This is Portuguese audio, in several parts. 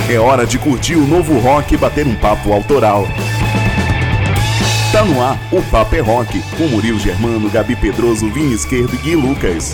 É hora de curtir o novo rock e bater um papo autoral. Tá no ar, o Papo é Rock, com Murilo Germano, Gabi Pedroso, Vini Esquerdo e Gui Lucas.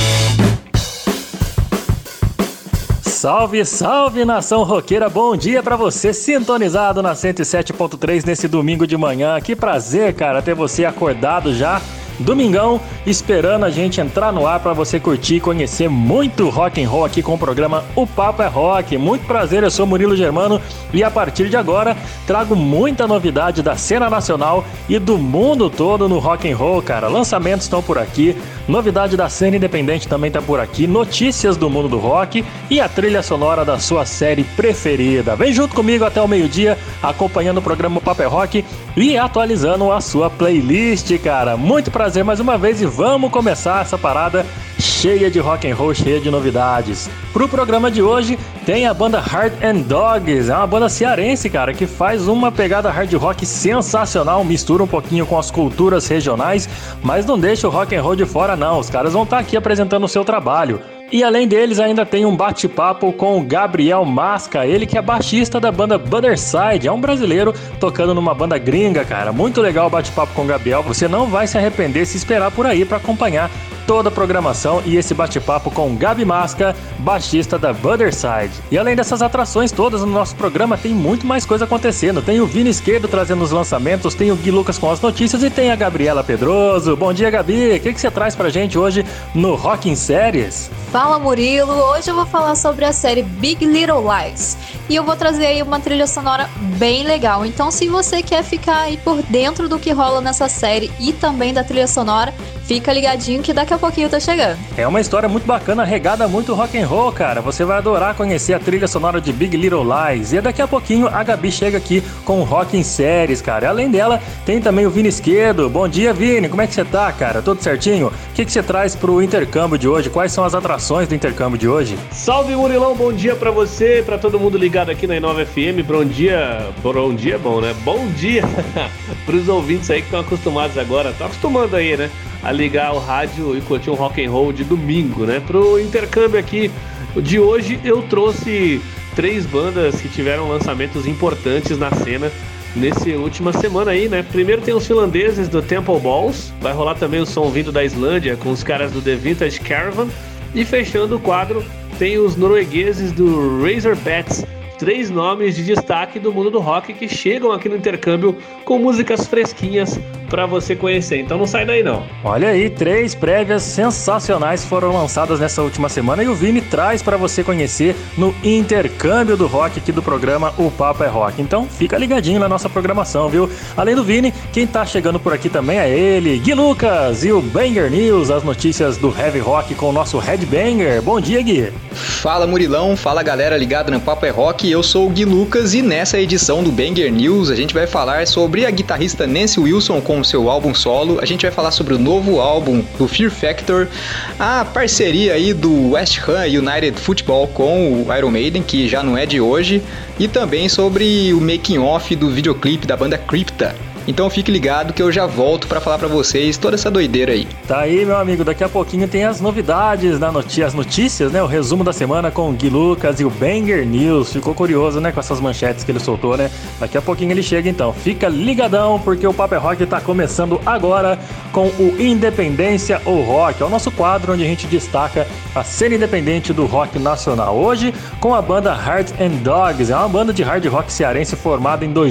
Salve, salve, nação roqueira, bom dia pra você, sintonizado na 107.3 nesse domingo de manhã. Que prazer, cara, ter você acordado já, domingão, esperando a gente entrar no ar pra você curtir e conhecer muito rock and roll aqui com o programa O Papo é Rock. Muito prazer, eu sou Murilo Germano e a partir de agora trago muita novidade da cena nacional e do mundo todo no rock and roll, cara. Lançamentos estão por aqui, novidade da cena independente também tá por aqui, notícias do mundo do rock e a trilha sonora da sua série preferida. Vem junto comigo até o meio-dia, acompanhando o programa O Papo é Rock e atualizando a sua playlist, cara. Muito prazer mais uma vez e vamos começar essa parada cheia de rock and roll, cheia de novidades. Pro programa de hoje tem a banda Hard and Dogs, é uma banda cearense, cara, que faz uma pegada hard rock sensacional, mistura um pouquinho com as culturas regionais, mas não deixa o rock and roll de fora não, os caras vão estar aqui apresentando o seu trabalho. E além deles ainda tem um bate-papo com o Gabriel Masca, ele que é baixista da banda Butherside, é um brasileiro tocando numa banda gringa, cara. Muito legal o bate-papo com o Gabriel, você não vai se arrepender se esperar por aí para acompanhar toda a programação e esse bate-papo com o Gabi Masca, baixista da Butherside. E além dessas atrações todas no nosso programa, tem muito mais coisa acontecendo. Tem o Vini Esquerdo trazendo os lançamentos, tem o Gui Lucas com as notícias e tem a Gabriela Pedroso. Bom dia, Gabi! O que você traz pra gente hoje no Rock em Séries? Fala, Murilo! Hoje eu vou falar sobre a série Big Little Lies e eu vou trazer aí uma trilha sonora bem legal. Então, se você quer ficar aí por dentro do que rola nessa série e também da trilha sonora, fica ligadinho que daqui a pouquinho tá chegando. É uma história muito bacana, regada muito rock and roll, cara. Você vai adorar conhecer a trilha sonora de Big Little Lies. E daqui a pouquinho a Gabi chega aqui com o Rock em Séries, cara. E além dela, tem também o Vini Esquerdo. Bom dia, Vini. Como é que você tá, cara? Tudo certinho? O que você traz pro intercâmbio de hoje? Quais são as atrações do intercâmbio de hoje? Salve, Murilão. Bom dia pra você, pra todo mundo ligado aqui na Inova FM. Bom dia é bom, né? Bom dia pros ouvintes aí que estão acostumados agora. Tá acostumando aí, né? A ligar o rádio e curtir um rock and roll de domingo, né? Pro intercâmbio aqui de hoje eu trouxe 3 bandas que tiveram lançamentos importantes na cena nessa última semana aí, né? Primeiro tem os finlandeses do Temple Balls, vai rolar também o som vindo da Islândia com os caras do The Vintage Caravan e fechando o quadro tem os noruegueses do Razor Pets. 3 nomes de destaque do mundo do rock que chegam aqui no intercâmbio com músicas fresquinhas pra você conhecer, então não sai daí não. Olha aí, 3 prévias sensacionais foram lançadas nessa última semana e o Vini traz pra você conhecer no intercâmbio do rock aqui do programa O Papo é Rock. Então fica ligadinho na nossa programação, viu? Além do Vini, quem tá chegando por aqui também é ele, Gui Lucas e o Banger News, as notícias do heavy rock com o nosso Headbanger. Bom dia, Gui! Fala, Murilão, fala galera ligada no Papo é Rock, eu sou o Gui Lucas e nessa edição do Banger News a gente vai falar sobre a guitarrista Nancy Wilson com o seu álbum solo, a gente vai falar sobre o novo álbum do Fear Factor, a parceria aí do West Ham United Football com o Iron Maiden, que já não é de hoje, e também sobre o making off do videoclipe da banda Crypta. Então fique ligado que eu já volto pra falar pra vocês toda essa doideira aí. Tá aí, meu amigo, daqui a pouquinho tem as novidades, as notícias, né? O resumo da semana com o Gui Lucas e o Banger News. Ficou curioso, né? Com essas manchetes que ele soltou, né? Daqui a pouquinho ele chega, então. Fica ligadão, porque o Papo é Rock tá começando agora com o Independência ou Rock. É o nosso quadro onde a gente destaca a cena independente do rock nacional. Hoje, com a banda Hard and Dogs. É uma banda de hard rock cearense formada em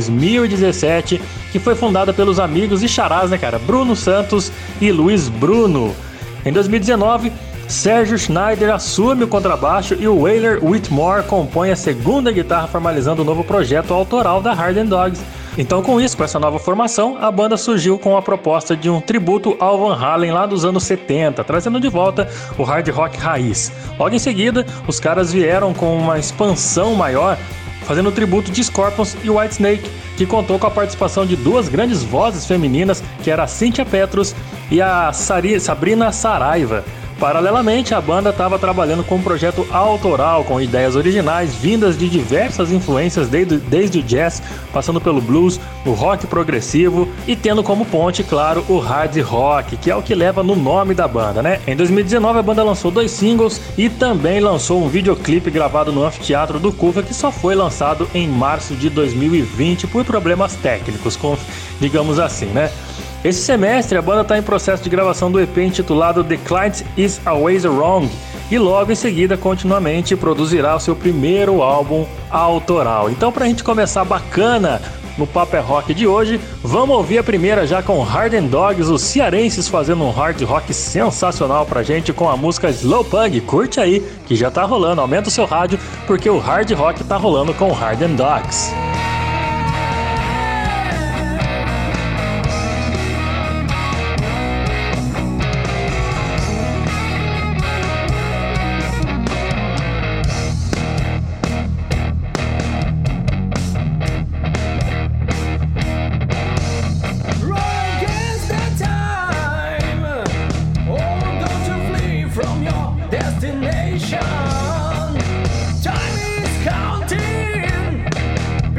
2017, que foi fundada pelos amigos e xarás, né, cara? Bruno Santos e Luiz Bruno. Em 2019, Sérgio Schneider assume o contrabaixo e o Wailer Whitmore compõe a segunda guitarra, formalizando o novo projeto autoral da Hard and Dogs. Então, com isso, com essa nova formação, a banda surgiu com a proposta de um tributo ao Van Halen lá dos anos 70, trazendo de volta o hard rock raiz. Logo em seguida, os caras vieram com uma expansão maior, fazendo tributo de Scorpions e Whitesnake, que contou com a participação de 2 grandes vozes femininas, que era a Cynthia Petrus e a Sabrina Saraiva. Paralelamente, a banda estava trabalhando com um projeto autoral, com ideias originais vindas de diversas influências desde o jazz, passando pelo blues, o rock progressivo e tendo como ponte, claro, o hard rock, que é o que leva no nome da banda, né? Em 2019, a banda lançou 2 singles e também lançou um videoclipe gravado no Anfiteatro do Cuca, que só foi lançado em março de 2020 por problemas técnicos, digamos assim, né? Esse semestre, a banda está em processo de gravação do EP intitulado The Client Is Always Wrong e logo em seguida, continuamente, produzirá o seu primeiro álbum autoral. Então, para a gente começar bacana no Papo é Rock de hoje, vamos ouvir a primeira já com Harden Dogs, os cearenses fazendo um hard rock sensacional pra gente com a música Slow Pug. Curte aí, que já tá rolando, aumenta o seu rádio, porque o hard rock tá rolando com Harden Dogs. Time is counting.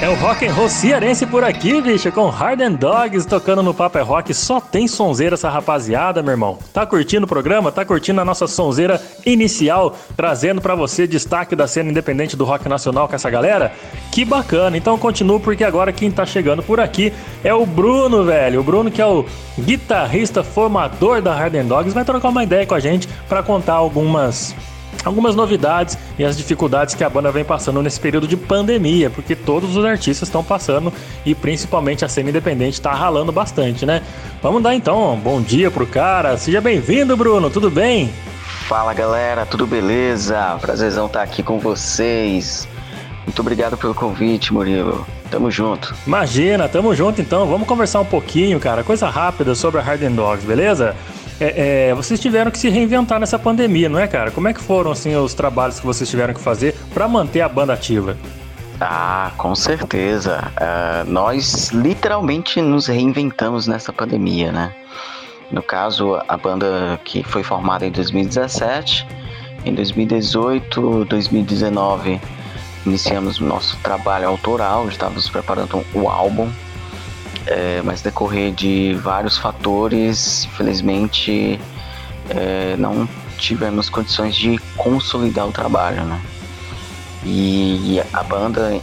É o rock and roll cearense por aqui, bicho, com Hard and Dogs tocando no Papo é Rock. Só tem sonzeira essa rapaziada, meu irmão. Tá curtindo o programa? Tá curtindo a nossa sonzeira inicial, trazendo pra você destaque da cena independente do rock nacional com essa galera? Que bacana. Então continua, porque agora quem tá chegando por aqui é o Bruno, velho. O Bruno, que é o guitarrista formador da Hard and Dogs, vai trocar uma ideia com a gente pra contar algumas novidades e as dificuldades que a banda vem passando nesse período de pandemia, porque todos os artistas estão passando e principalmente a cena independente está ralando bastante, né? Vamos dar então um bom dia pro cara. Seja bem-vindo, Bruno, tudo bem? Fala, galera, tudo beleza? Prazerzão estar aqui com vocês. Muito obrigado pelo convite, Murilo. Tamo junto. Imagina, tamo junto então. Vamos conversar um pouquinho, cara, coisa rápida sobre a Hard and Dogs, beleza? Vocês tiveram que se reinventar nessa pandemia, não é, cara? Como é que foram, assim, os trabalhos que vocês tiveram que fazer para manter a banda ativa? Ah, com certeza. Nós literalmente nos reinventamos nessa pandemia, né? No caso, a banda que foi formada em 2017, em 2018, 2019, iniciamos o nosso trabalho autoral, estávamos preparando o álbum. Mas decorrer de vários fatores, infelizmente não tivemos condições de consolidar o trabalho, né? E a banda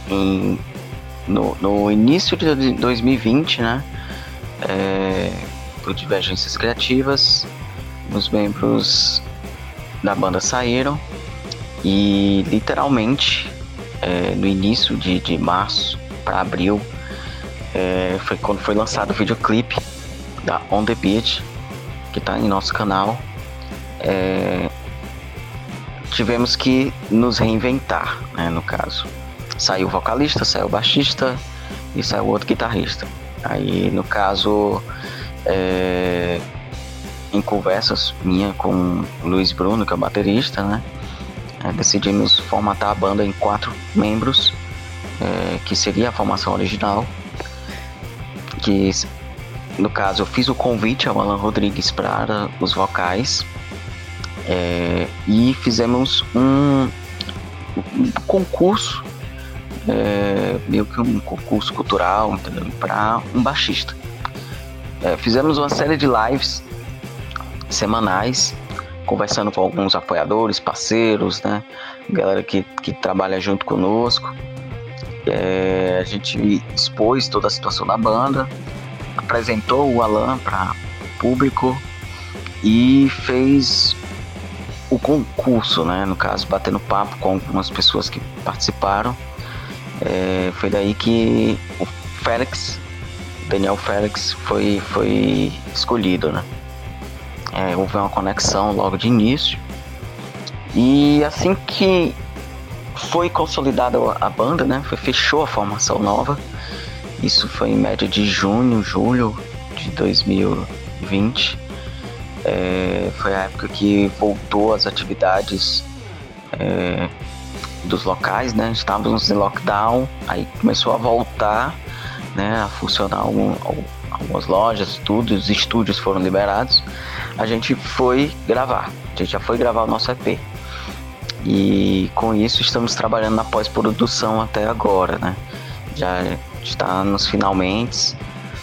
no início de 2020, né, por divergências criativas, os membros da banda saíram e literalmente no início de março para abril foi quando foi lançado o videoclipe da On The Beat, que está em nosso canal. Tivemos que nos reinventar, né, no caso. Saiu o vocalista, saiu o baixista e saiu outro guitarrista. Aí, no caso, em conversas minha com o Luiz Bruno, que é o baterista, né, decidimos formatar a banda em 4 membros, que seria a formação original. Que, no caso, eu fiz o convite ao Alan Rodrigues para os vocais, e fizemos um concurso, meio que um concurso cultural, para um baixista. Fizemos uma série de lives semanais, conversando com alguns apoiadores, parceiros, né, galera que trabalha junto conosco. A gente expôs toda a situação da banda, apresentou o Alan para o público e fez o concurso, né? No caso, batendo papo com algumas pessoas que participaram. Foi daí que o Daniel Félix foi escolhido, né? Houve uma conexão logo de início, e assim que foi consolidada a banda, né? Fechou a formação nova. Isso foi em média de julho de 2020. Foi a época que voltou as atividades dos locais, né? Estávamos em lockdown, aí começou a voltar, né, a funcionar algumas lojas, tudo, os estúdios foram liberados. A gente já foi gravar o nosso EP. E com isso estamos trabalhando na pós-produção até agora, né? Já está nos finalmente.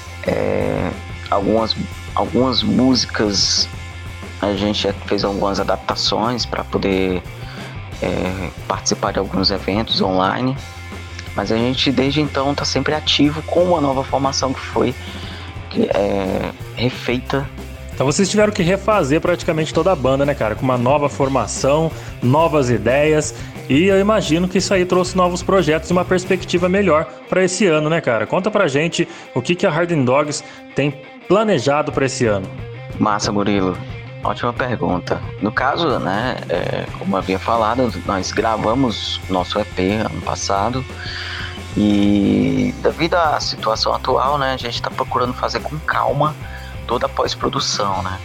Algumas músicas a gente já fez algumas adaptações para poder participar de alguns eventos online. Mas a gente desde então está sempre ativo com uma nova formação que foi refeita. Então vocês tiveram que refazer praticamente toda a banda, né, cara? Com uma nova formação, novas ideias. E eu imagino que isso aí trouxe novos projetos e uma perspectiva melhor para esse ano, né, cara? Conta pra gente o que a Hard and Dogs tem planejado para esse ano. Massa, Murilo. Ótima pergunta. No caso, né, como eu havia falado, nós gravamos nosso EP ano passado. E devido à situação atual, né, a gente está procurando fazer com calma toda a pós-produção, né?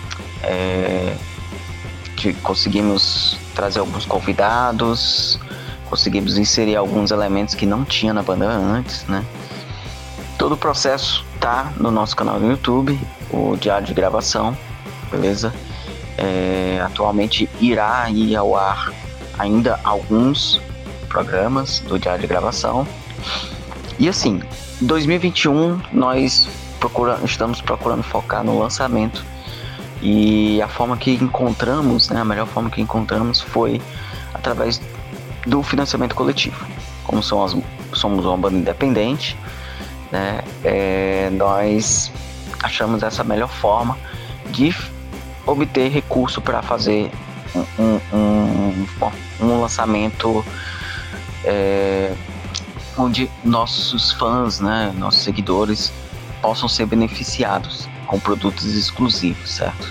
Que conseguimos trazer alguns convidados, conseguimos inserir alguns elementos que não tinha na banda antes, né? Todo o processo tá no nosso canal no YouTube, o Diário de Gravação, beleza? Atualmente irá ir ao ar ainda alguns programas do Diário de Gravação. E assim, 2021 nós estamos procurando focar no lançamento, e a forma que encontramos, né, a melhor forma que encontramos foi através do financiamento coletivo. Como somos uma banda independente, né, nós achamos essa melhor forma de obter recurso para fazer um lançamento onde nossos fãs, né, nossos seguidores possam ser beneficiados com produtos exclusivos, certo?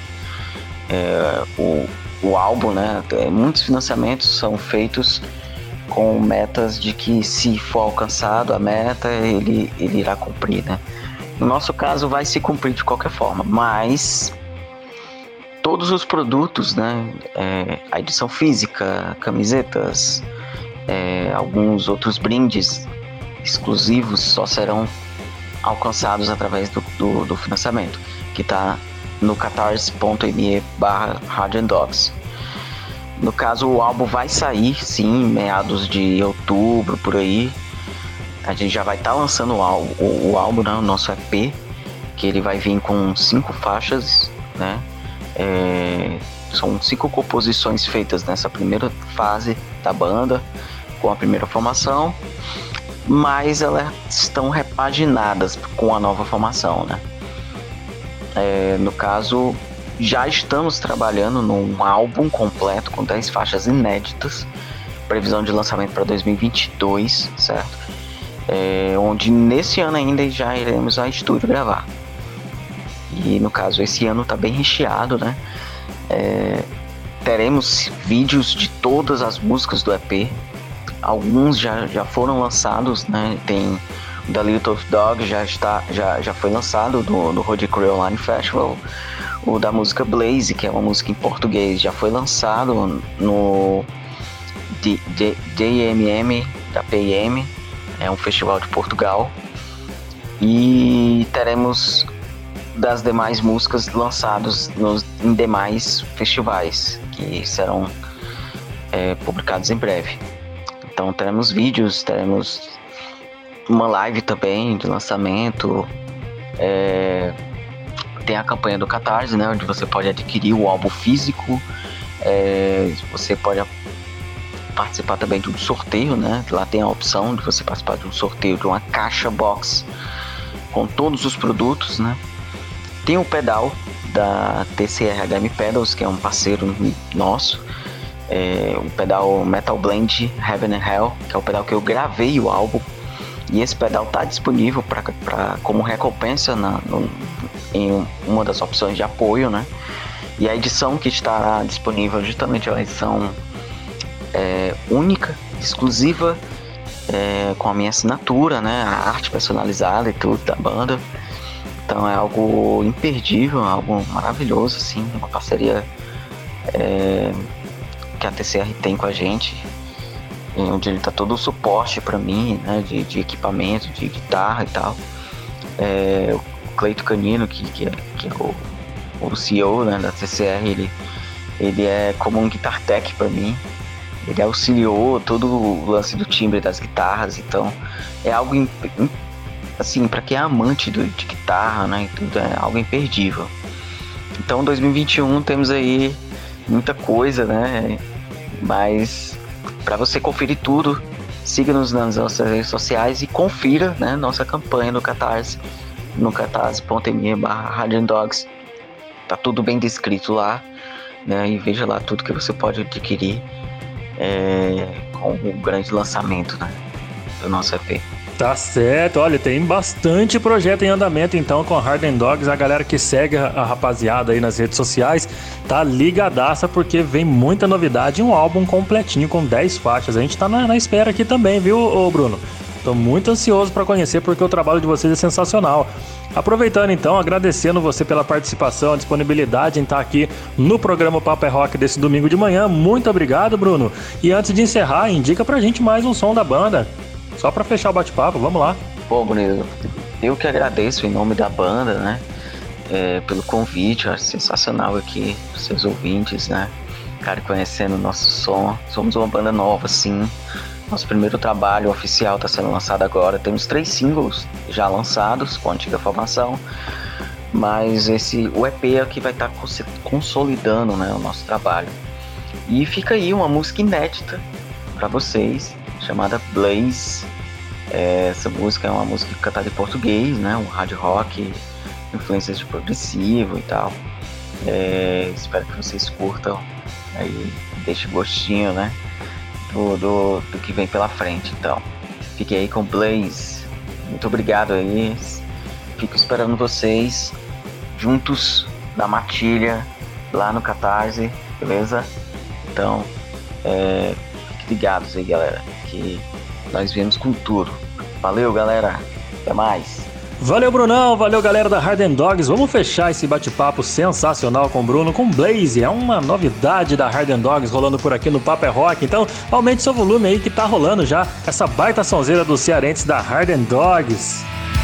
O álbum, né, muitos financiamentos são feitos com metas de que, se for alcançado a meta, ele irá cumprir, né? No nosso caso, vai se cumprir de qualquer forma, mas todos os produtos, né, a edição física, camisetas, alguns outros brindes exclusivos só serão alcançados através do financiamento, que está no catarse.me/HardNDogs. No caso, o álbum vai sair, sim, em meados de outubro, por aí. A gente já vai estar lançando o álbum, né, o nosso EP, que ele vai vir com 5 faixas, né? São 5 composições feitas nessa primeira fase da banda, com a primeira formação, mas elas estão repaginadas com a nova formação, né? No caso, já estamos trabalhando num álbum completo com 10 faixas inéditas, previsão de lançamento para 2022, certo? Onde nesse ano ainda já iremos a estúdio gravar. E no caso, esse ano está bem recheado, né? Teremos vídeos de todas as músicas do EP. Alguns já foram lançados, né? Tem o da Little Dog, já foi lançado no Road Crew Online Festival. O da música Blaze, que é uma música em português, já foi lançado no DMM da PM, é um festival de Portugal. E teremos das demais músicas lançados em demais festivais, que serão publicados em breve. Então teremos vídeos, teremos uma live também de lançamento. Tem a campanha do Catarse, né, onde você pode adquirir o álbum físico. Você pode participar também de um sorteio, né? Lá tem a opção de você participar de um sorteio de uma caixa box com todos os produtos, né? Tem o pedal da TCR-HM Pedals, que é um parceiro nosso. O pedal Metal Blend Heaven and Hell, que é o pedal que eu gravei o álbum. E esse pedal está disponível como recompensa em uma das opções de apoio, né? E a edição que estará disponível justamente é uma edição única, exclusiva, com a minha assinatura, né? A arte personalizada e tudo da banda. Então é algo imperdível, algo maravilhoso, assim, uma parceria que a TCR tem com a gente, onde ele dá todo o suporte para mim, né, de equipamento, de guitarra e tal. O Cleito Canino, que é o CEO, né, da TCR, ele é como um guitar tech para mim. Ele auxiliou todo o lance do timbre das guitarras, então é algo assim, para quem é amante de guitarra, né, e tudo, é algo imperdível. Então 2021 temos aí muita coisa, né, mas para você conferir tudo, siga-nos nas nossas redes sociais e confira, né, nossa campanha no Catarse, no catarse.me/HardNDogs. Tá tudo bem descrito lá, né, e veja lá tudo que você pode adquirir com o grande lançamento, né, do nosso EP. Tá certo, olha, tem bastante projeto em andamento então com a HardNDogs. A galera que segue a rapaziada aí nas redes sociais tá ligadaça, porque vem muita novidade, um álbum completinho com 10 faixas. A gente tá na espera aqui também, viu, Bruno? Tô muito ansioso para conhecer, porque o trabalho de vocês é sensacional. Aproveitando então, agradecendo você pela participação, a disponibilidade em estar aqui no programa Papo é Rock desse domingo de manhã. Muito obrigado, Bruno. E antes de encerrar, indica pra gente mais um som da banda. Só pra fechar o bate-papo, vamos lá. Bom, Bruno, eu que agradeço em nome da banda, né, pelo convite. Eu acho sensacional aqui, os seus ouvintes, né, cara, conhecendo o nosso som. Somos uma banda nova, sim, Nosso primeiro trabalho oficial está sendo lançado agora. Temos 3 singles já lançados com a antiga formação, mas o EP é que vai estar consolidando, né, o nosso trabalho. E fica aí uma música inédita para vocês, chamada Blaze. Essa música é uma música cantada em português, né, um hard rock, influências de progressivo e tal. Espero que vocês curtam, aí deixe gostinho, né, do que vem pela frente. Então, fiquem aí com Blaze. Muito obrigado aí. Fico esperando vocês juntos na matilha lá no Catarse, beleza? Então, fiquem ligados aí, galera, que nós viemos com tudo. Valeu, galera. Até mais. Valeu, Brunão. Valeu, galera da Harden Dogs. Vamos fechar esse bate-papo sensacional com o Bruno, com Blaze. É uma novidade da Harden Dogs rolando por aqui no Papo é Rock. Então, aumente seu volume aí que tá rolando já essa baita sonzeira dos cearenses da Harden Dogs.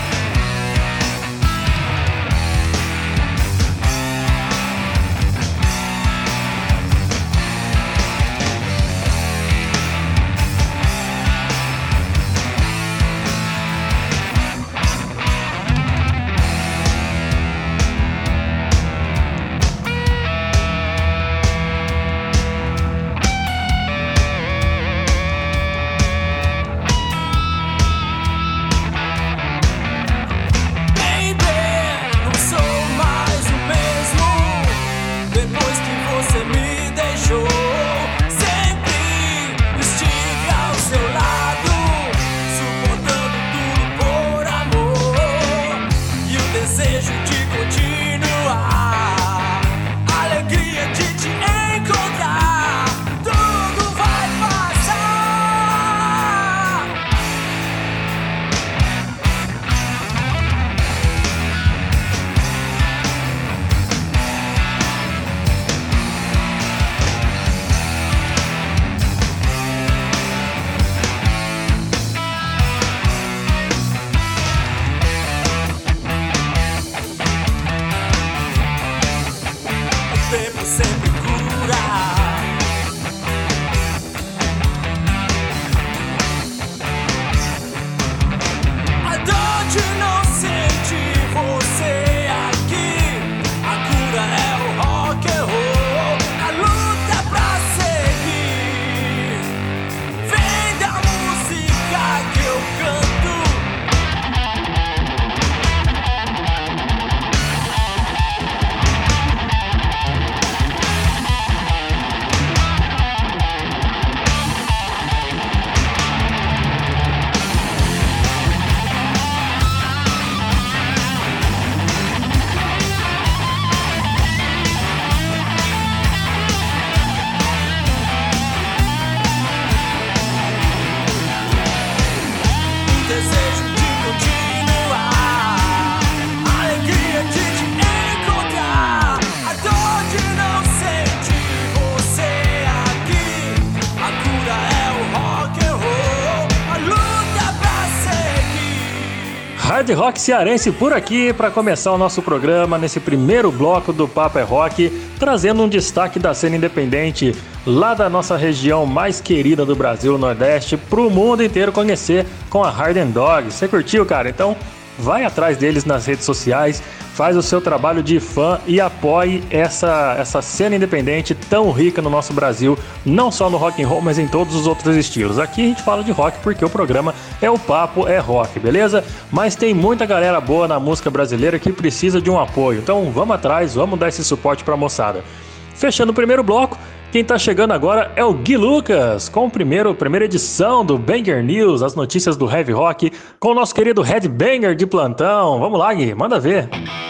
Hard Rock cearense por aqui para começar o nosso programa nesse primeiro bloco do Papo é Rock, trazendo um destaque da cena independente lá da nossa região mais querida do Brasil, Nordeste, pro mundo inteiro conhecer com a Harden Dogs. Você curtiu, cara? Então vai atrás deles nas redes sociais, faz o seu trabalho de fã e apoie essa cena independente tão rica no nosso Brasil, não só no rock and roll, mas em todos os outros estilos. Aqui a gente fala de rock porque o programa é o Papo é Rock, beleza? Mas tem muita galera boa na música brasileira que precisa de um apoio, então vamos atrás, vamos dar esse suporte pra moçada. Fechando o primeiro bloco, quem tá chegando agora é o Gui Lucas, com a primeira edição do Banger News, as notícias do Heavy Rock, com o nosso querido Headbanger de plantão. Vamos lá, Gui, manda ver.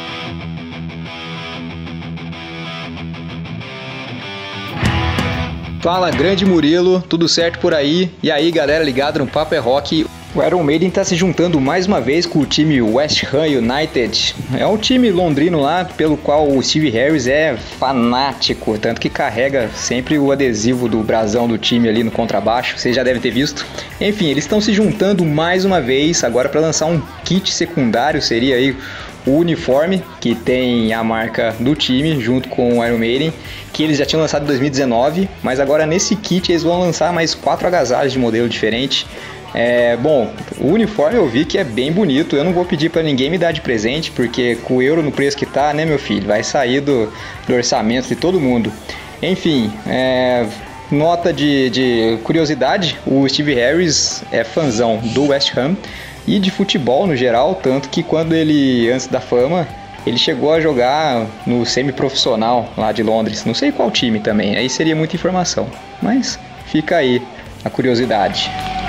Fala, grande Murilo, tudo certo por aí? E aí, galera ligada no Papo é Rock. O Iron Maiden está se juntando mais uma vez com o time West Ham United. É um time londrino lá, pelo qual o Steve Harris é fanático, tanto que carrega sempre o adesivo do brasão do time ali no contrabaixo, vocês já devem ter visto. Enfim, eles estão se juntando mais uma vez agora para lançar um kit secundário, seria aí o uniforme, que tem a marca do time, junto com o Iron Maiden, que eles já tinham lançado em 2019, mas agora nesse kit eles vão lançar mais 4 agasalhos de modelo diferente. Bom, o uniforme eu vi que é bem bonito, eu não vou pedir pra ninguém me dar de presente, porque com o euro no preço que tá, né, meu filho, vai sair do orçamento de todo mundo. Enfim, nota de curiosidade, o Steve Harris é fãzão do West Ham e de futebol no geral, tanto que quando ele, antes da fama, ele chegou a jogar no semi-profissional lá de Londres, não sei qual time também, aí seria muita informação, mas fica aí a curiosidade.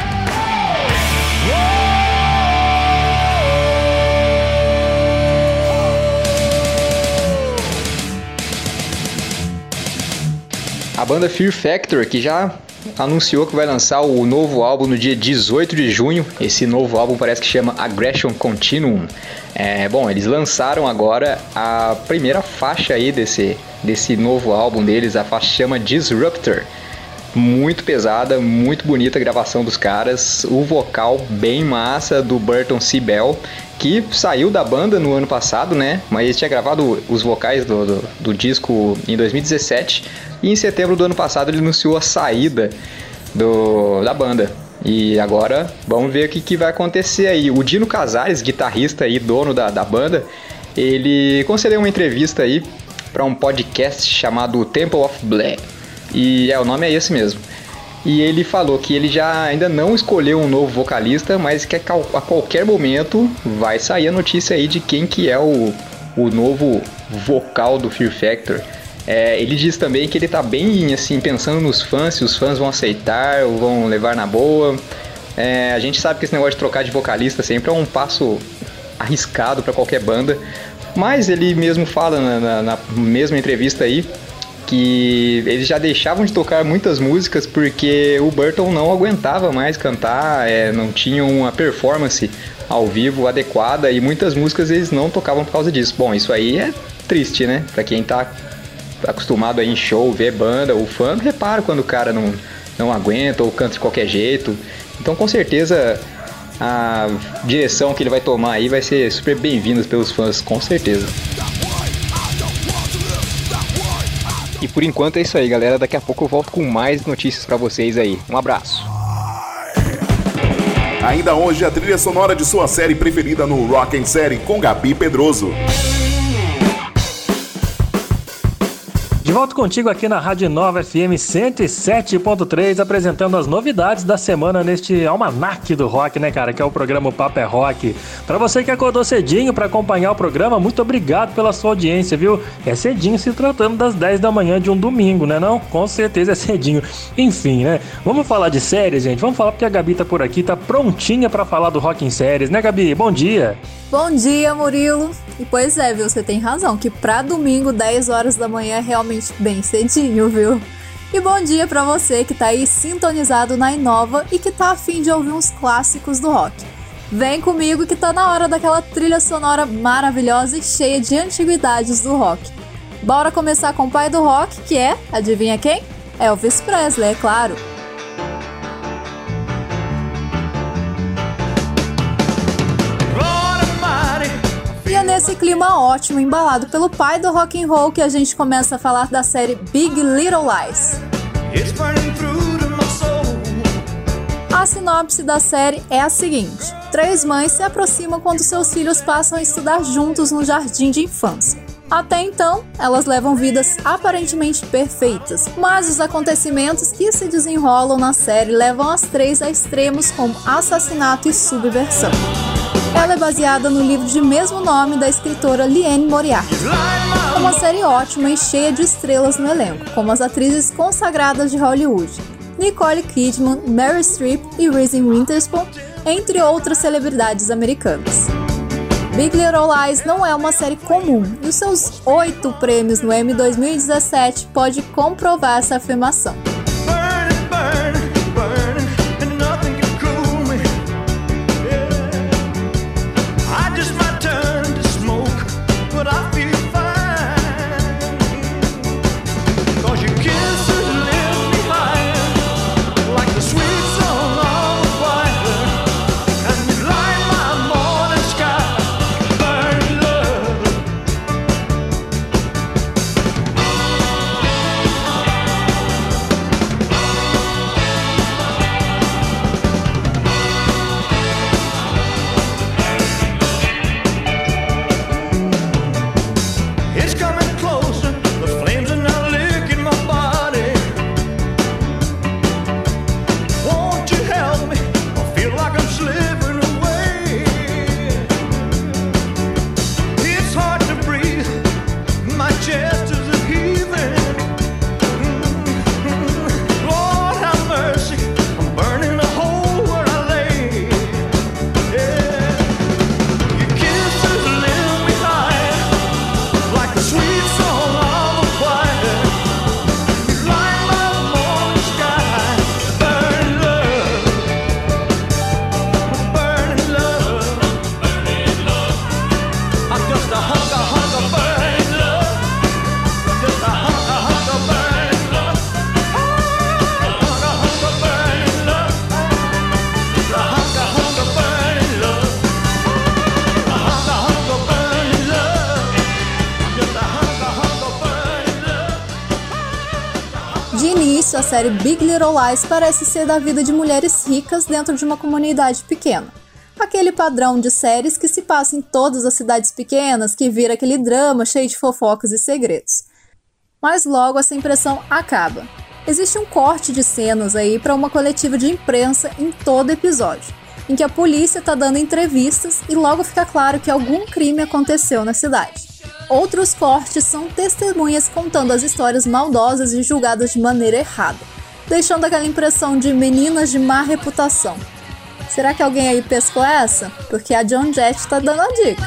A banda Fear Factor, que já anunciou que vai lançar o novo álbum no dia 18 de junho. Esse novo álbum parece que chama Aggression Continuum. Bom, eles lançaram agora a primeira faixa aí desse novo álbum deles, a faixa chama Disruptor. Muito pesada, muito bonita a gravação dos caras, o vocal bem massa do Burton C. Bell, que saiu da banda no ano passado, né? Mas ele tinha gravado os vocais do disco em 2017 e em setembro do ano passado ele anunciou a saída da banda. E agora vamos ver o que vai acontecer aí. O Dino Casares, guitarrista e dono da banda, ele concedeu uma entrevista aí para um podcast chamado Temple of Blood. E o nome é esse mesmo. E ele falou que ele já ainda não escolheu um novo vocalista, mas que a qualquer momento vai sair a notícia aí de quem que é o novo vocal do Fear Factor. Ele diz também que ele tá bem assim, pensando nos fãs, se os fãs vão aceitar ou vão levar na boa. A gente sabe que esse negócio de trocar de vocalista sempre é um passo arriscado para qualquer banda, mas ele mesmo fala na mesma entrevista aí que eles já deixavam de tocar muitas músicas porque o Burton não aguentava mais cantar, não tinha uma performance ao vivo adequada e muitas músicas eles não tocavam por causa disso. Bom, isso aí é triste, né? Pra quem tá acostumado a ir em show, ver banda, o fã repara quando o cara não aguenta ou canta de qualquer jeito. Então, com certeza, a direção que ele vai tomar aí vai ser super bem-vinda pelos fãs, com certeza. E por enquanto é isso aí, galera. Daqui a pouco eu volto com mais notícias pra vocês aí. Um abraço. Ainda hoje, a trilha sonora de sua série preferida no Rock em Série com Gabi Pedroso. De volta contigo aqui na Rádio Nova FM 107.3, apresentando as novidades da semana neste almanaque do rock, né, cara? Que é o programa Papo é Rock. Pra você que acordou cedinho pra acompanhar o programa, muito obrigado pela sua audiência, viu? É cedinho se tratando das 10 da manhã de um domingo, né não? Com certeza é cedinho. Enfim, né? Vamos falar de séries, gente? Vamos falar porque a Gabi tá por aqui, tá prontinha pra falar do Rock em Séries, né, Gabi? Bom dia! Bom dia, Murilo. E pois é, viu? Você tem razão, que pra domingo, 10 horas da manhã é realmente bem cedinho, viu? E bom dia pra você que tá aí sintonizado na Inova e que tá a fim de ouvir uns clássicos do rock. Vem comigo que tá na hora daquela trilha sonora maravilhosa e cheia de antiguidades do rock. Bora começar com o pai do rock, que é, adivinha quem? Elvis Presley, é claro. E é nesse clima ótimo, embalado pelo pai do rock and roll, que a gente começa a falar da série Big Little Lies. A sinopse da série é a seguinte: 3 mães se aproximam quando seus filhos passam a estudar juntos no jardim de infância. Até então, elas levam vidas aparentemente perfeitas, mas os acontecimentos que se desenrolam na série levam as 3 a extremos como assassinato e subversão. Ela é baseada no livro de mesmo nome da escritora Liane Moriarty. É uma série ótima e cheia de estrelas no elenco, como as atrizes consagradas de Hollywood, Nicole Kidman, Meryl Streep e Reese Witherspoon, entre outras celebridades americanas. Big Little Lies não é uma série comum, e os seus 8 prêmios no Emmy 2017 pode comprovar essa afirmação. início, a série Big Little Lies parece ser da vida de mulheres ricas dentro de uma comunidade pequena. Aquele padrão de séries que se passa em todas as cidades pequenas, que vira aquele drama cheio de fofocas e segredos. Mas logo essa impressão acaba. Existe um corte de cenas aí para uma coletiva de imprensa em todo episódio, em que a polícia está dando entrevistas e logo fica claro que algum crime aconteceu na cidade. Outros cortes são testemunhas contando as histórias maldosas e julgadas de maneira errada, deixando aquela impressão de meninas de má reputação. Será que alguém aí pescou essa? Porque a John Jett tá dando a dica.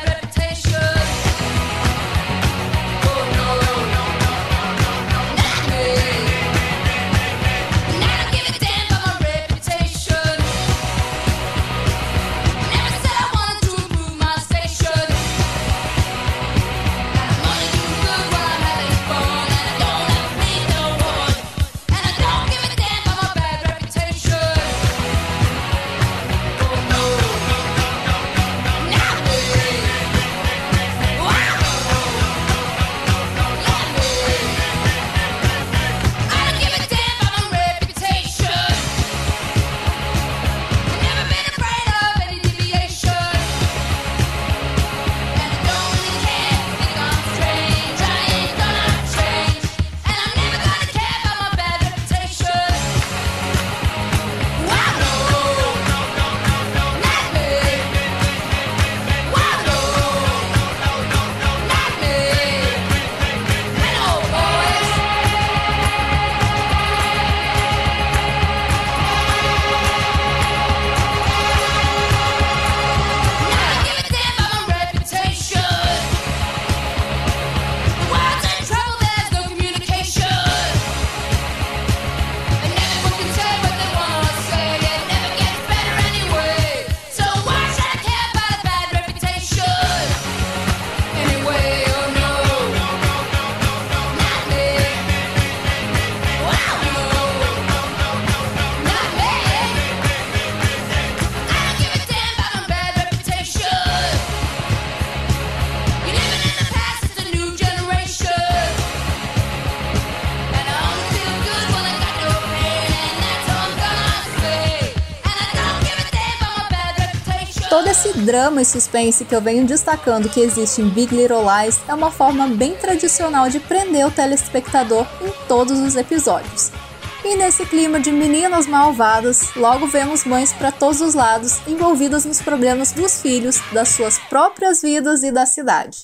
Todo esse drama e suspense que eu venho destacando que existe em Big Little Lies é uma forma bem tradicional de prender o telespectador em todos os episódios. E nesse clima de meninas malvadas, logo vemos mães para todos os lados envolvidas nos problemas dos filhos, das suas próprias vidas e da cidade.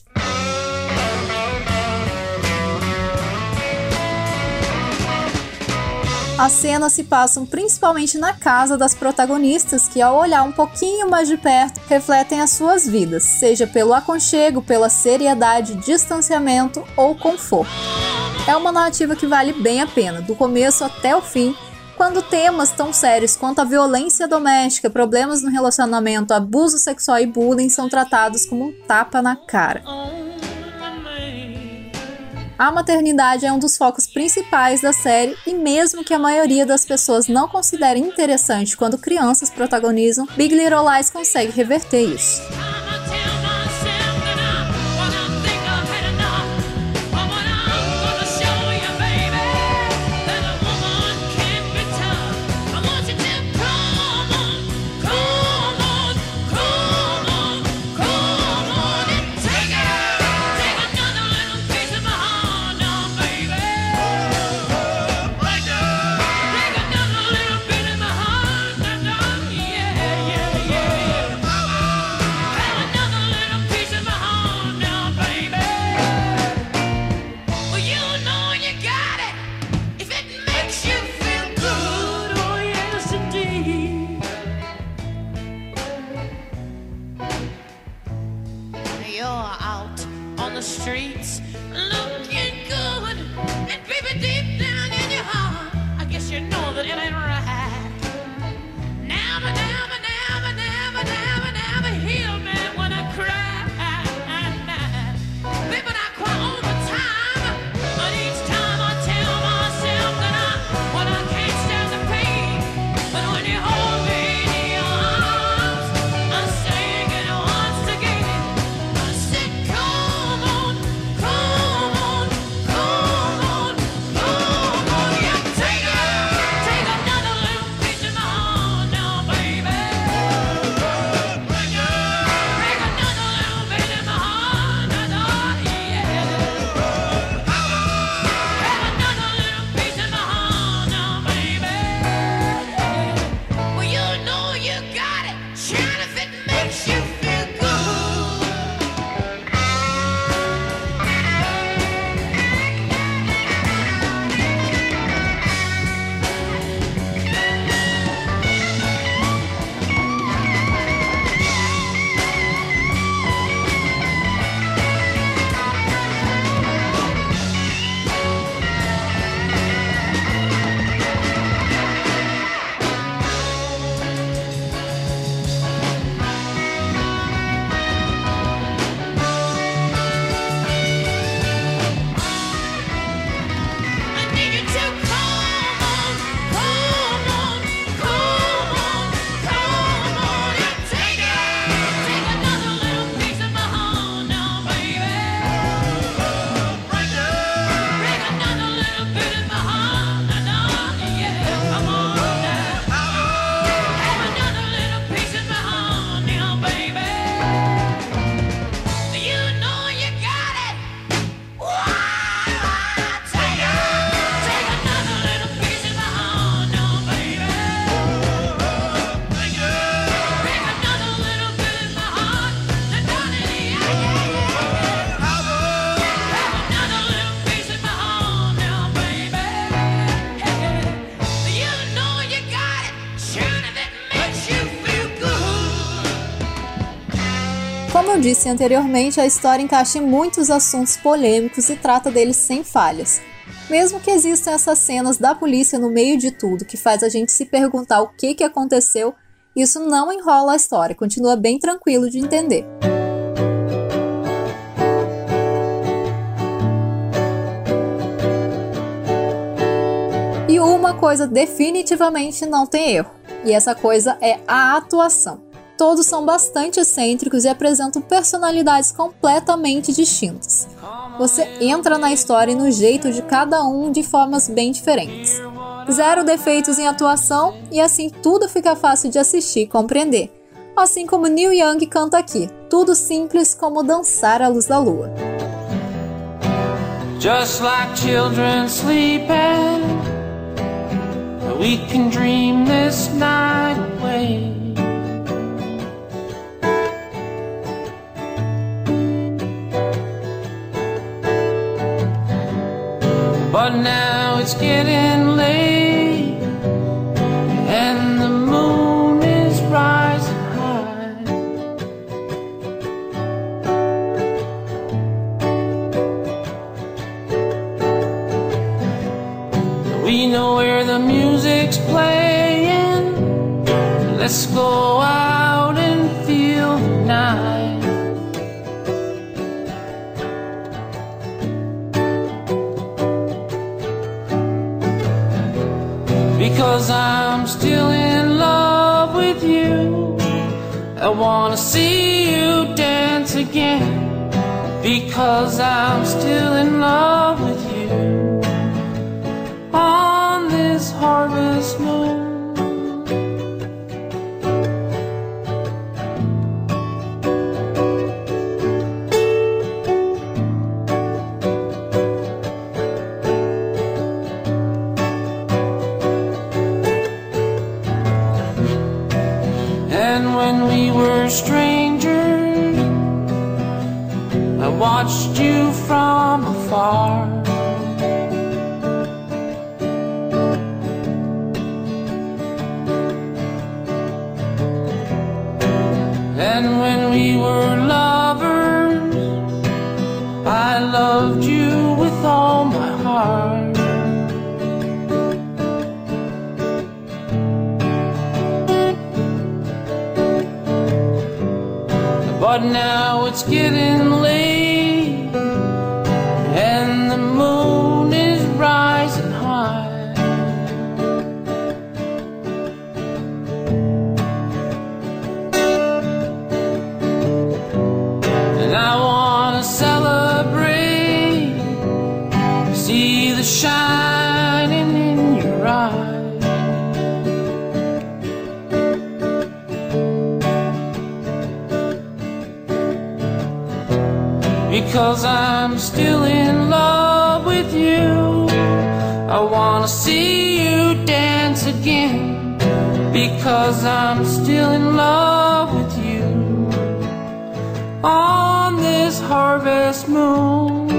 As cenas se passam principalmente na casa das protagonistas que, ao olhar um pouquinho mais de perto, refletem as suas vidas, seja pelo aconchego, pela seriedade, distanciamento ou conforto. É uma narrativa que vale bem a pena, do começo até o fim, quando temas tão sérios quanto a violência doméstica, problemas no relacionamento, abuso sexual e bullying são tratados como um tapa na cara. A maternidade é um dos focos principais da série e mesmo que a maioria das pessoas não considere interessante quando crianças protagonizam, Big Little Lies consegue reverter isso. disse anteriormente, a história encaixa em muitos assuntos polêmicos e trata deles sem falhas. Mesmo que existam essas cenas da polícia no meio de tudo, que faz a gente se perguntar o que aconteceu, isso não enrola a história, continua bem tranquilo de entender. E uma coisa definitivamente não tem erro, e essa coisa é a atuação. Todos são bastante excêntricos e apresentam personalidades completamente distintas. Você entra na história e no jeito de cada um de formas bem diferentes. Zero defeitos em atuação e assim tudo fica fácil de assistir e compreender. Assim como Neil Young canta aqui, tudo simples como dançar à luz da lua. Just like children sleeping, we can dream this night away. But now it's getting late and the moon is rising high. We know where the music's playing. Let's go out and feel the night. Because I'm still in love with you. I wanna see you dance again. Because I'm still in love with you. On this harvest moon. Strangers, I watched you from afar. And when we were lovers, I loved you with all my heart. But now it's getting late and the moon is rising high. And I wanna celebrate, see the shining in your eyes. Because I'm still in love with you. I wanna see you dance again. Because I'm still in love with you. On this harvest moon.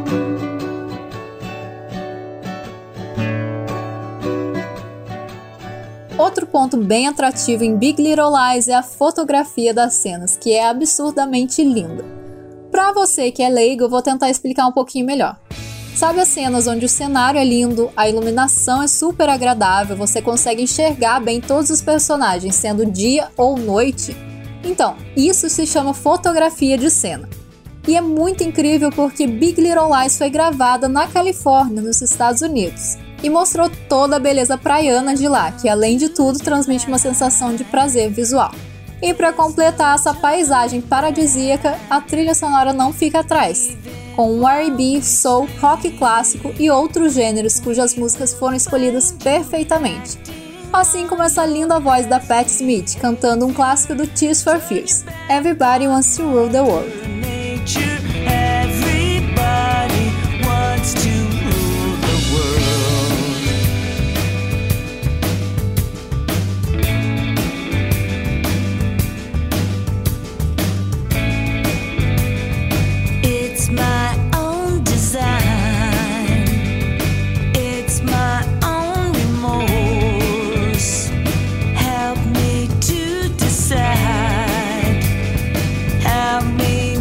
Outro ponto bem atrativo em Big Little Lies é a fotografia das cenas, que é absurdamente linda. Pra você que é leigo, eu vou tentar explicar um pouquinho melhor. Sabe as cenas onde o cenário é lindo, a iluminação é super agradável, você consegue enxergar bem todos os personagens, sendo dia ou noite? Então, isso se chama fotografia de cena. E é muito incrível porque Big Little Lies foi gravada na Califórnia, nos Estados Unidos, e mostrou toda a beleza praiana de lá, que além de tudo transmite uma sensação de prazer visual. E para completar essa paisagem paradisíaca, a trilha sonora não fica atrás, com um R&B, soul, rock clássico e outros gêneros cujas músicas foram escolhidas perfeitamente. Assim como essa linda voz da Patti Smith cantando um clássico do Tears for Fears, Everybody Wants to Rule the World. Help me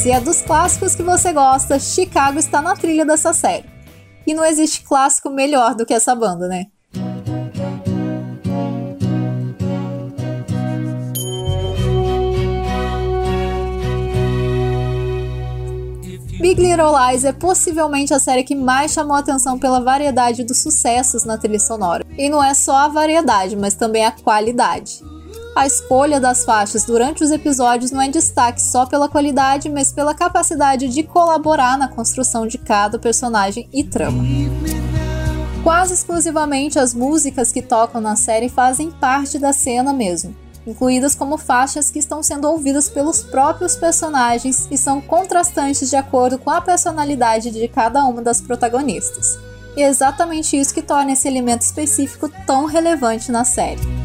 Se é dos clássicos que você gosta, Chicago está na trilha dessa série. E não existe clássico melhor do que essa banda, né? Big Little Lies é possivelmente a série que mais chamou a atenção pela variedade dos sucessos na trilha sonora. E não é só a variedade, mas também a qualidade. A escolha das faixas durante os episódios não é destaque só pela qualidade, mas pela capacidade de colaborar na construção de cada personagem e trama. Quase exclusivamente as músicas que tocam na série fazem parte da cena mesmo, incluídas como faixas que estão sendo ouvidas pelos próprios personagens e são contrastantes de acordo com a personalidade de cada uma das protagonistas. E é exatamente isso que torna esse elemento específico tão relevante na série.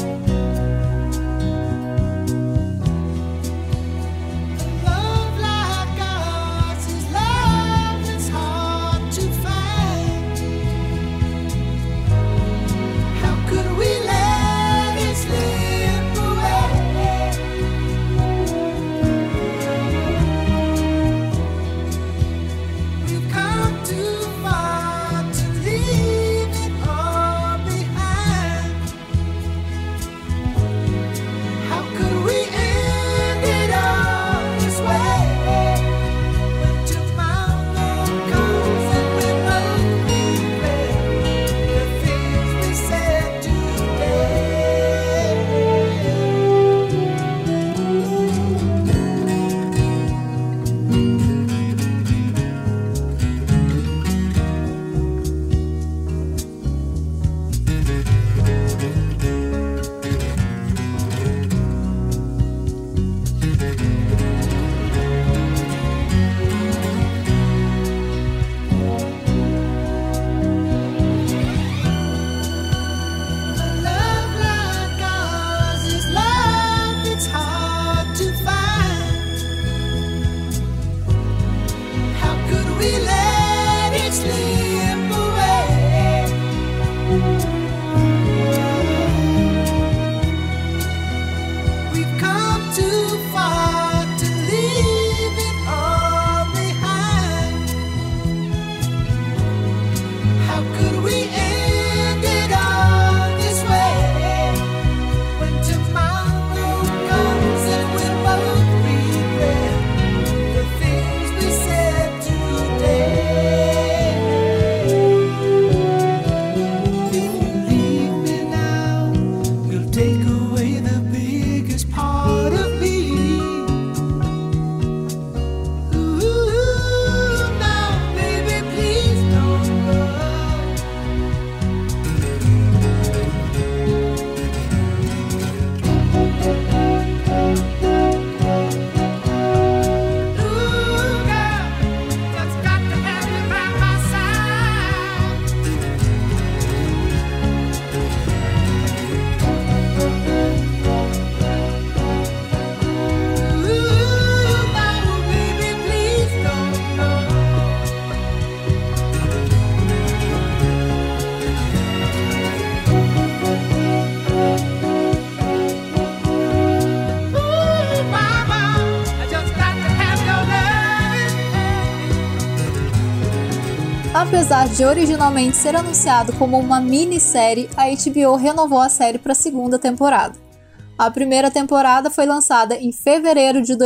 Apesar de originalmente ser anunciado como uma minissérie, a HBO renovou a série para a segunda temporada. A primeira temporada foi lançada em fevereiro de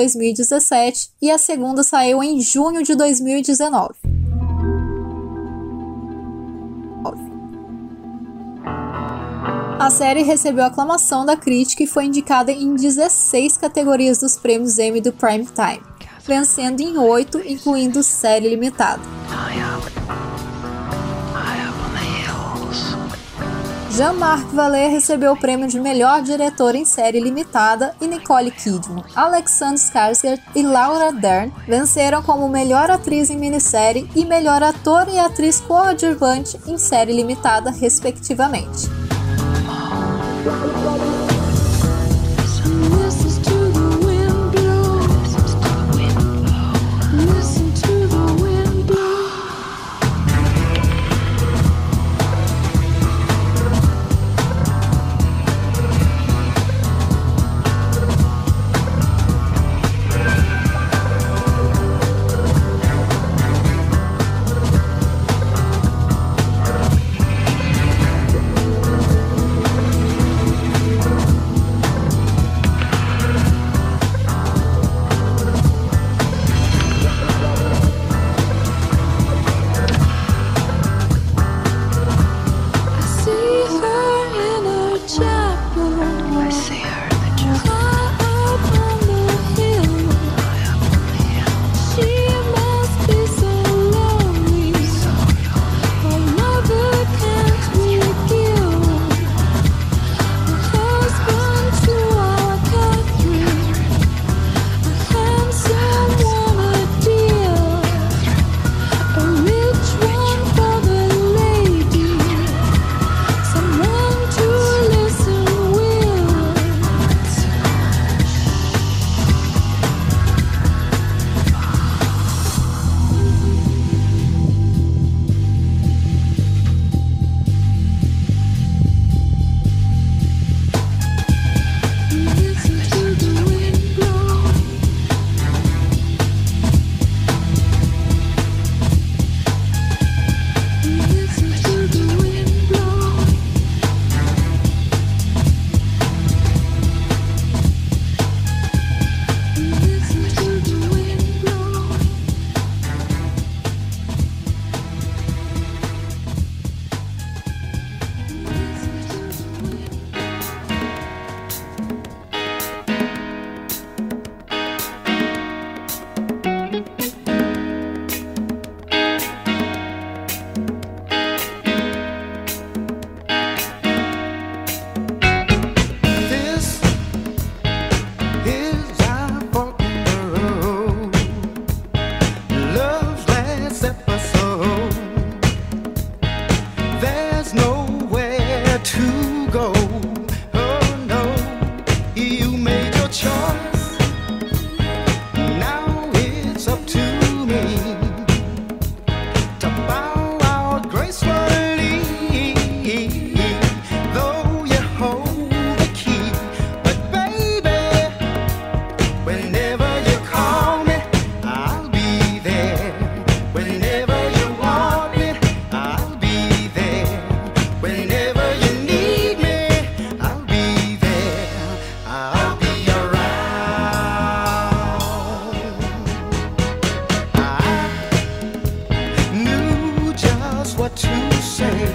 2017 e a segunda saiu em junho de 2019. A série recebeu aclamação da crítica e foi indicada em 16 categorias dos prêmios Emmy do Prime Time, vencendo em 8, incluindo série limitada. Jean-Marc Vallée recebeu o prêmio de melhor diretor em série limitada e Nicole Kidman, Alexander Skarsgård e Laura Dern venceram como melhor atriz em minissérie e melhor ator e atriz coadjuvante em série limitada, respectivamente. nowhere to go. Oh no, you made your choice. Now it's up to me to bow out gracefully. Though you hold the key, but baby, whenever you call me, I'll be there. Whenever you want me, I'll be there. Whenever you need me, I'll be there. I'll be around. I knew just what to say.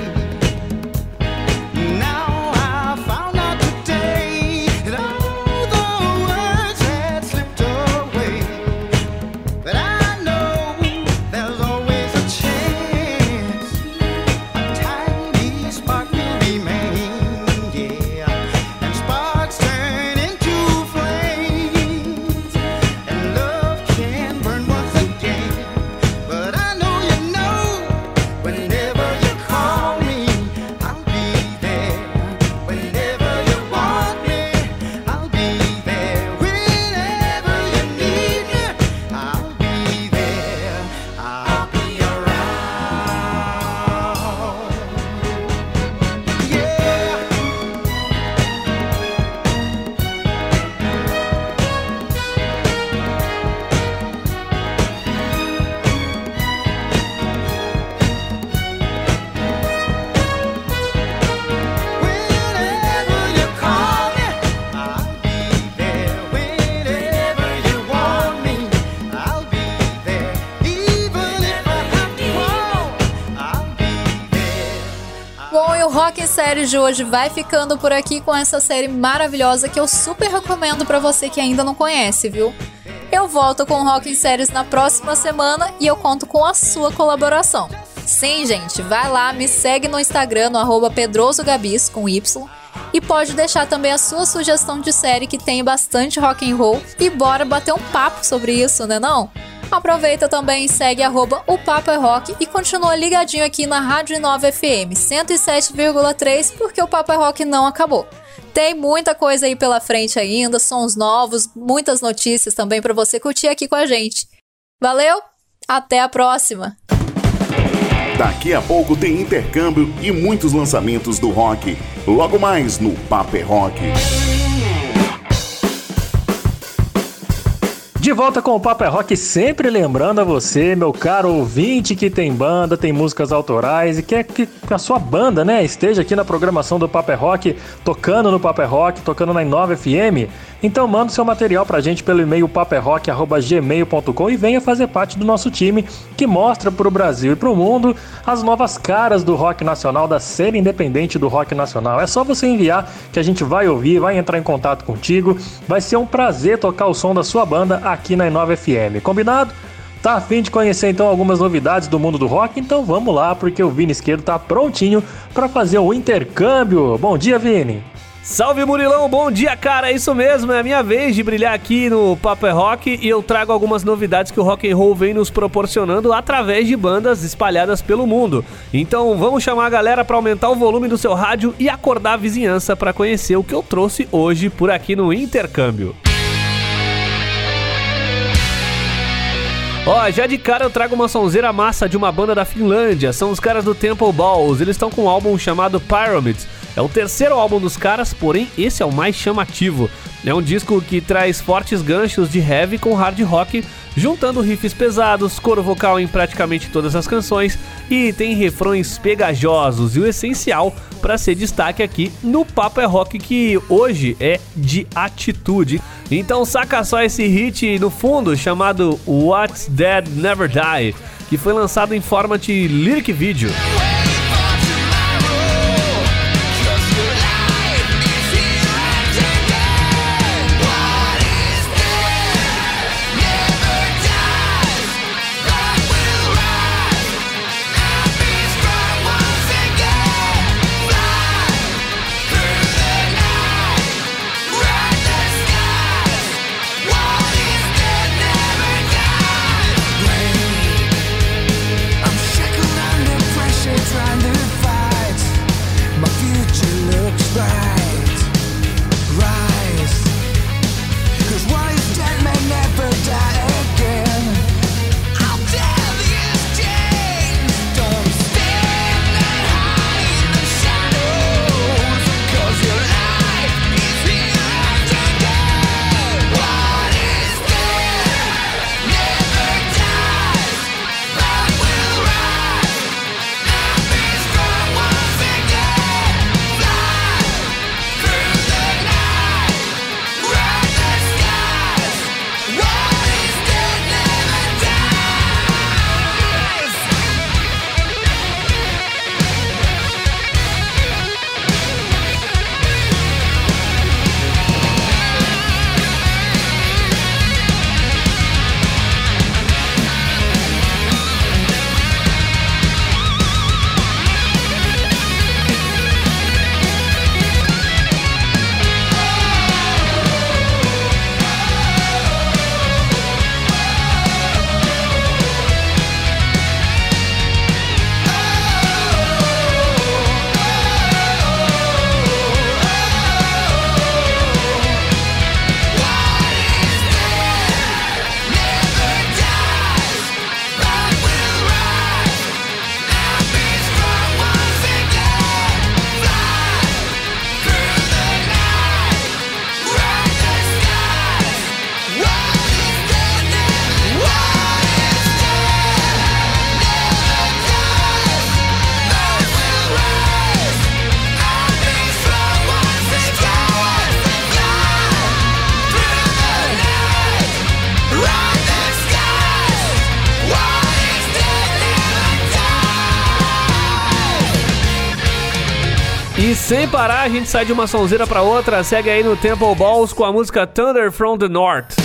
Now I found out today that all the words had slipped away. But I know there's always a chance. A tiny spark will remain, yeah. And sparks turn into flames. And love can burn once again. But I know whenever you call me, I'll be there. Whenever you want me, I'll be there. Whenever you need me, I'll be there. I'll be around. Yeah. Whenever you call me, I'll be there. Whenever you want me, I'll be there. Even if I have to walk, I'll be there. Bom, e o Rock em Série de hoje vai ficando por aqui com essa série maravilhosa que eu super recomendo pra você que ainda não conhece, viu? Eu volto com o Rock em Séries na próxima semana e eu conto com a sua colaboração. Sim, gente, vai lá, me segue no Instagram, no @pedrosogabis, com Y, e pode deixar também a sua sugestão de série que tem bastante rock and roll e bora bater um papo sobre isso, né não? Aproveita também e segue @o Papo é Rock e continua ligadinho aqui na Rádio 9 FM 107,3 porque o Papo é Rock não acabou. Tem muita coisa aí pela frente ainda, sons novos, muitas notícias também pra você curtir aqui com a gente. Valeu, até a próxima! Daqui a pouco tem intercâmbio e muitos lançamentos do rock. Logo mais no Papo é Rock. De volta com o Papo é Rock, sempre lembrando a você, meu caro ouvinte, que tem banda, tem músicas autorais e quer que a sua banda, né, esteja aqui na programação do Papo é Rock, tocando no Papo é Rock, tocando na 9 FM. Então manda o seu material pra gente pelo e-mail papoerock@gmail.com e venha fazer parte do nosso time que mostra pro Brasil e pro mundo as novas caras do rock nacional, da cena independente do rock nacional. É só você enviar que a gente vai ouvir, vai entrar em contato contigo. Vai ser um prazer tocar o som da sua banda aqui na 9 FM. Combinado? Tá a fim de conhecer então algumas novidades do mundo do rock? Então vamos lá, porque o Vini Esquerdo tá prontinho pra fazer o intercâmbio. Bom dia, Vini! Salve, Murilão, bom dia, cara, é isso mesmo, é a minha vez de brilhar aqui no Papo é Rock e eu trago algumas novidades que o rock and roll vem nos proporcionando através de bandas espalhadas pelo mundo. Então vamos chamar a galera para aumentar o volume do seu rádio e acordar a vizinhança para conhecer o que eu trouxe hoje por aqui no intercâmbio. Ó, já de cara eu trago uma sonzeira massa de uma banda da Finlândia, são os caras do Temple Balls, eles estão com um álbum chamado Pyramids. É o terceiro álbum dos caras, porém esse é o mais chamativo. É um disco que traz fortes ganchos de heavy com hard rock, juntando riffs pesados, coro vocal em praticamente todas as canções e tem refrões pegajosos e o essencial para ser destaque aqui no Papo é Rock, que hoje é de atitude. Então saca só esse hit no fundo chamado What's Dead Never Die, que foi lançado em forma de lyric video. E sem parar, a gente sai de uma sonzeira pra outra. Segue aí no Temple Balls com a música Thunder from the North.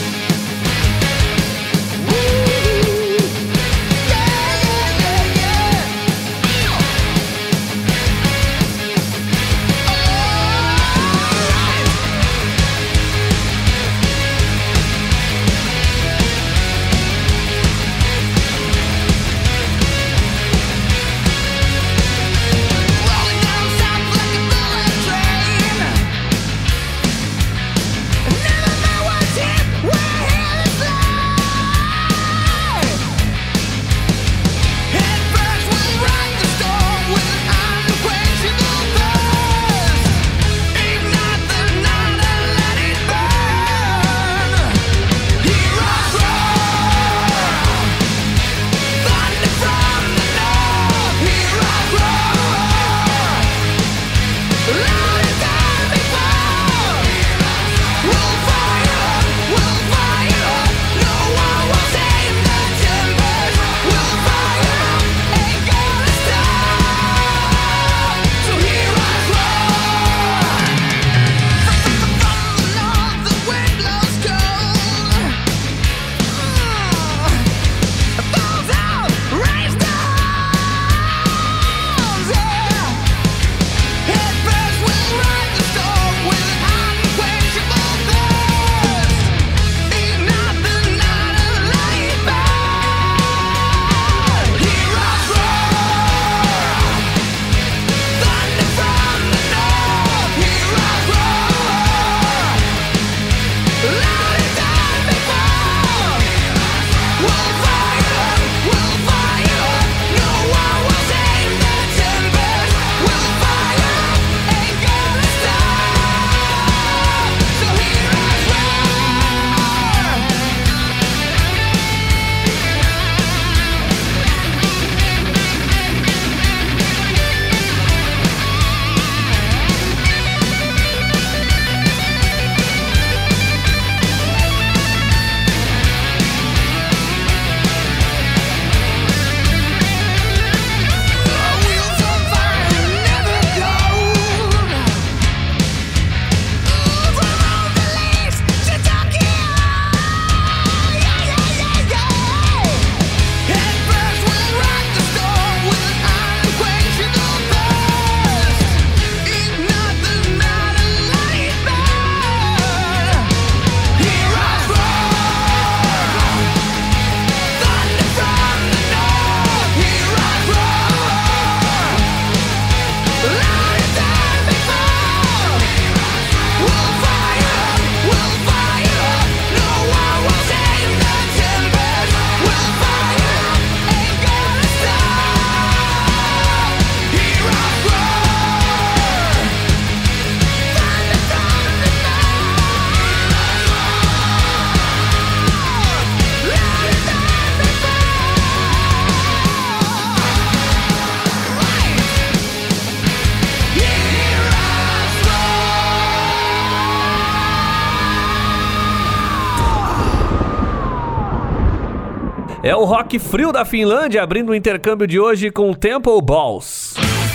É o rock frio da Finlândia abrindo o intercâmbio de hoje com Temple Balls.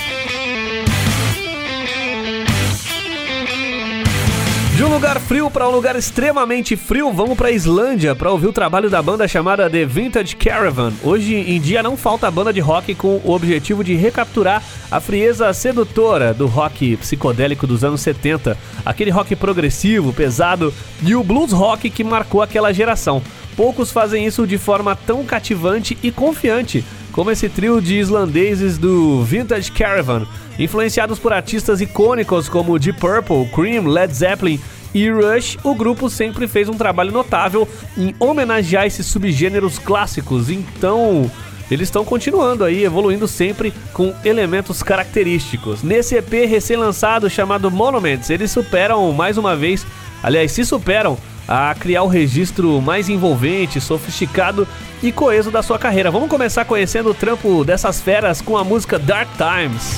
De um lugar frio para um lugar extremamente frio, vamos para a Islândia para ouvir o trabalho da banda chamada The Vintage Caravan. Hoje em dia não falta banda de rock com o objetivo de recapturar a frieza sedutora do rock psicodélico dos anos 70, aquele rock progressivo, pesado e o blues rock que marcou aquela geração. Poucos fazem isso de forma tão cativante e confiante como esse trio de islandeses do Vintage Caravan, influenciados por artistas icônicos como Deep Purple, Cream, Led Zeppelin e Rush. O grupo sempre fez um trabalho notável em homenagear esses subgêneros clássicos, então eles estão continuando aí, evoluindo sempre com elementos característicos. Nesse EP recém-lançado chamado Monuments, eles superam mais uma vez, se superam a criar o registro mais envolvente, sofisticado e coeso da sua carreira. Vamos começar conhecendo o trampo dessas feras com a música Dark Times.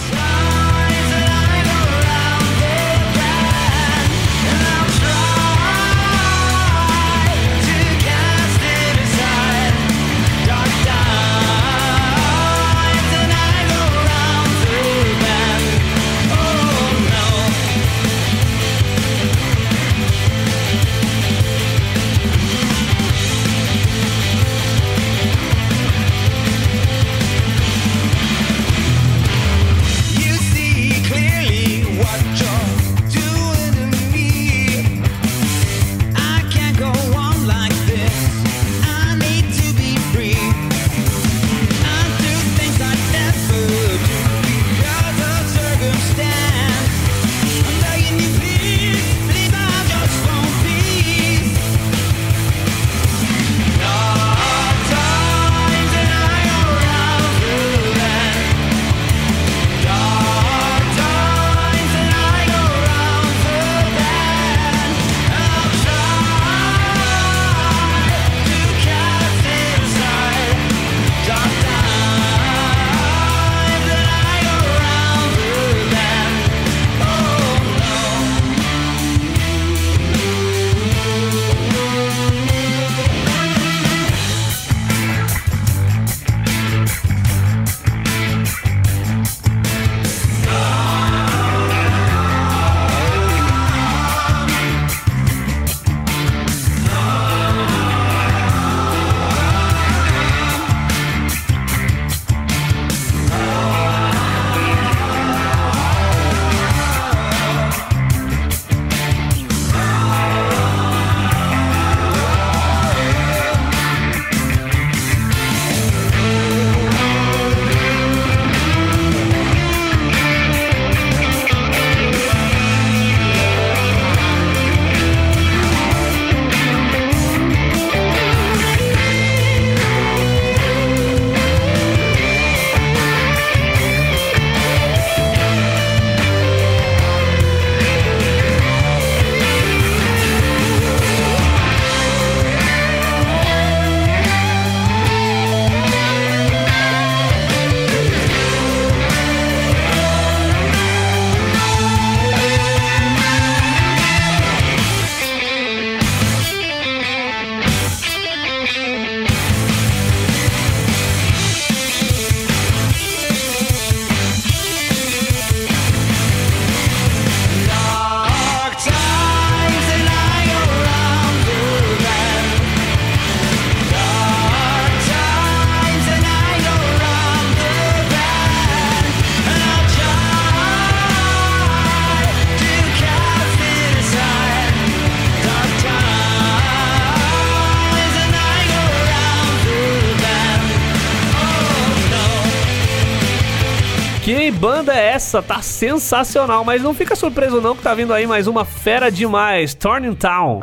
banda é essa? Tá sensacional, mas não fica surpreso não que tá vindo aí mais uma fera demais, Torn Town.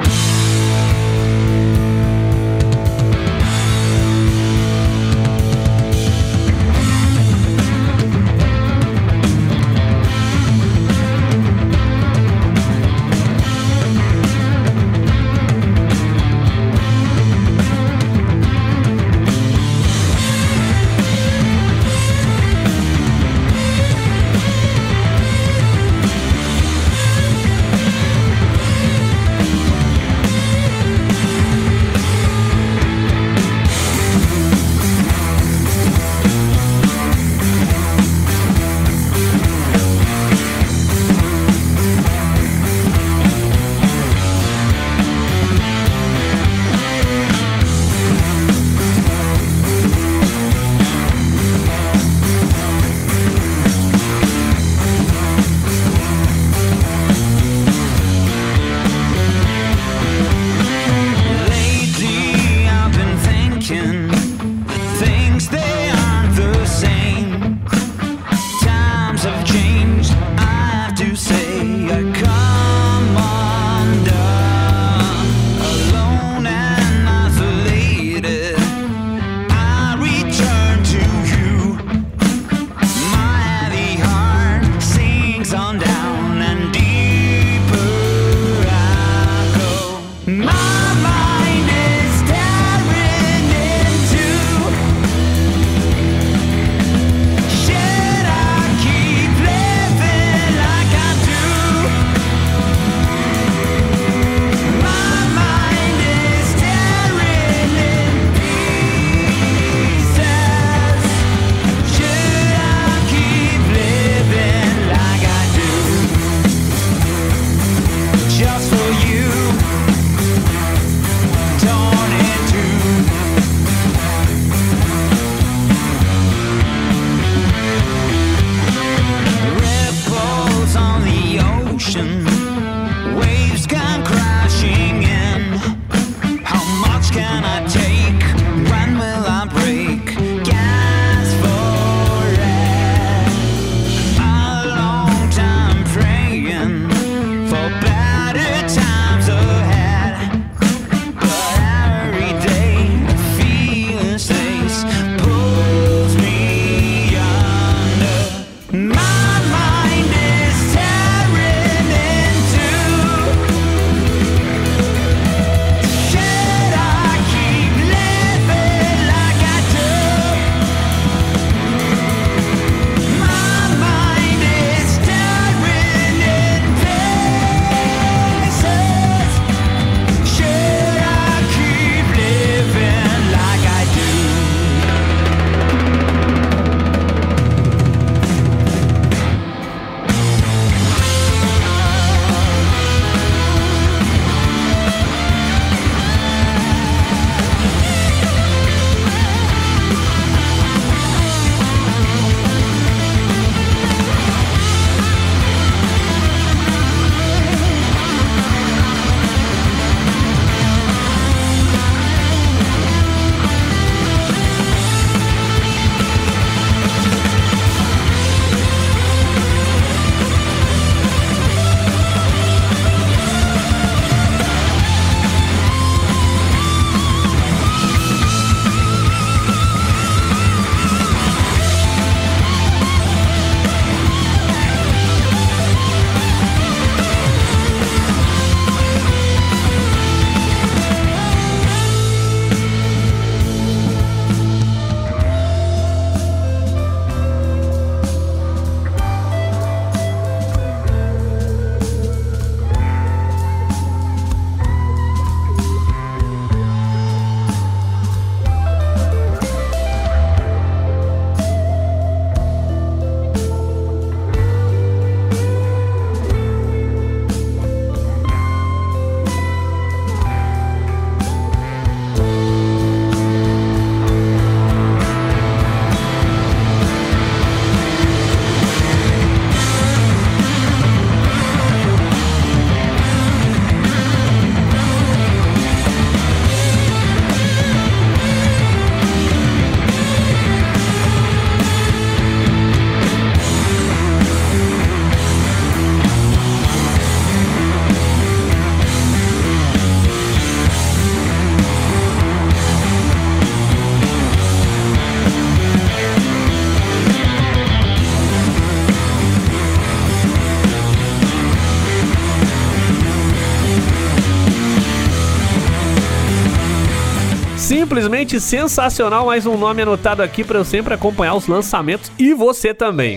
Simplesmente sensacional, mais um nome anotado aqui para eu sempre acompanhar os lançamentos e você também.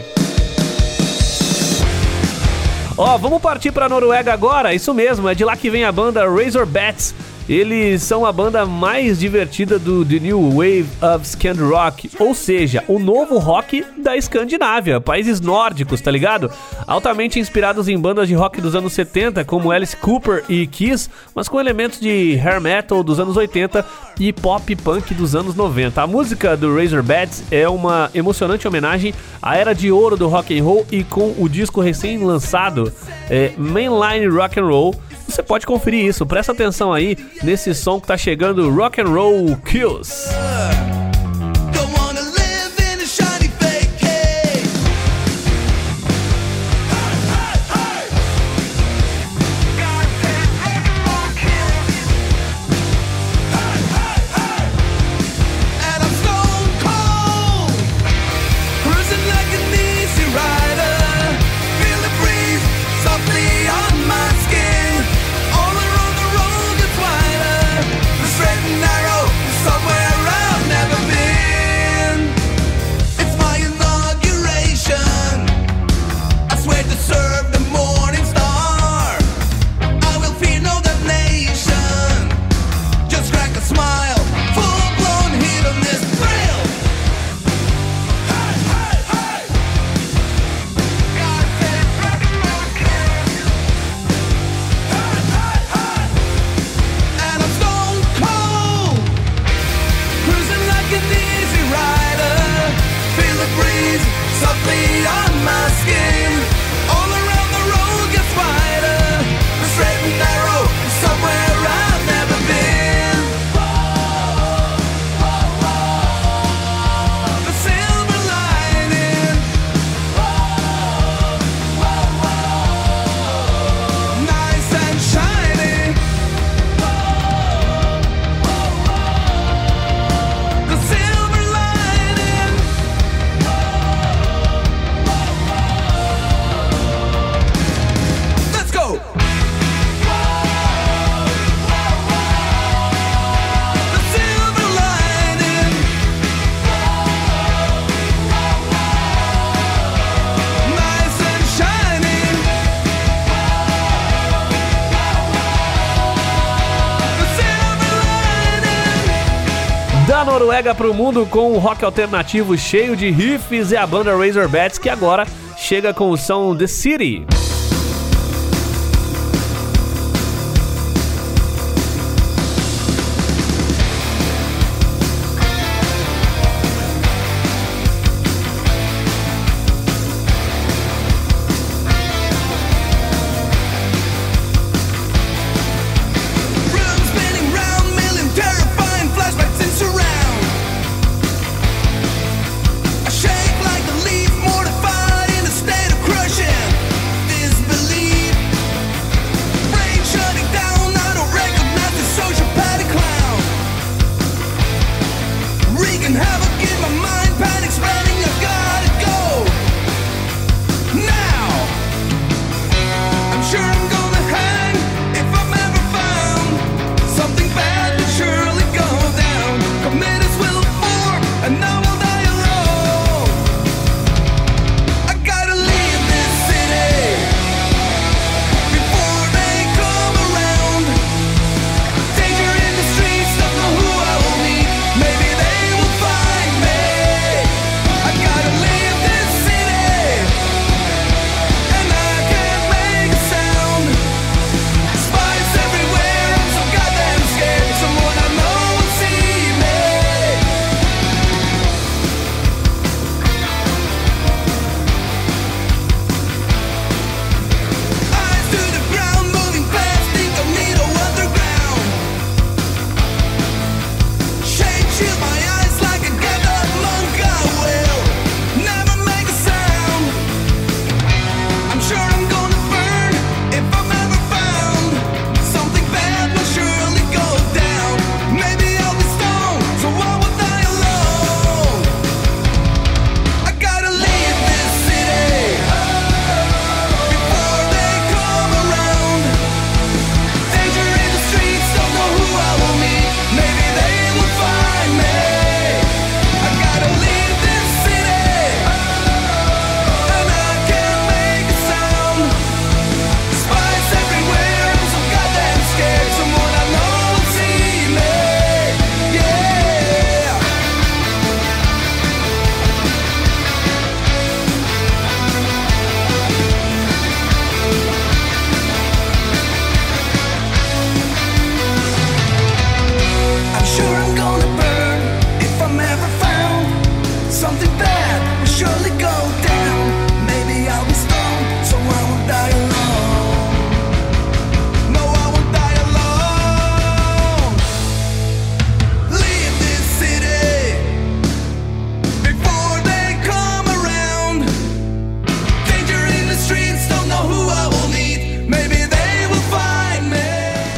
Ó, vamos partir pra Noruega agora, isso mesmo, é de lá que vem a banda Razorbats. Eles são a banda mais divertida do The New Wave of Scand Rock, ou seja, o novo rock da Escandinávia, países nórdicos, tá ligado? Altamente inspirados em bandas de rock dos anos 70, como Alice Cooper e Kiss, mas com elementos de hair metal dos anos 80 e pop punk dos anos 90. A música do Razorbats é uma emocionante homenagem à era de ouro do rock and roll, e com o disco recém-lançado Mainline Rock and Roll, você pode conferir isso. Presta atenção aí nesse som que tá chegando, Rock and Roll Kills. Noruega pro mundo com um rock alternativo cheio de riffs, é a banda Razorbats, que agora chega com o som The City. Shake like a leaf mortified in a state of crushing.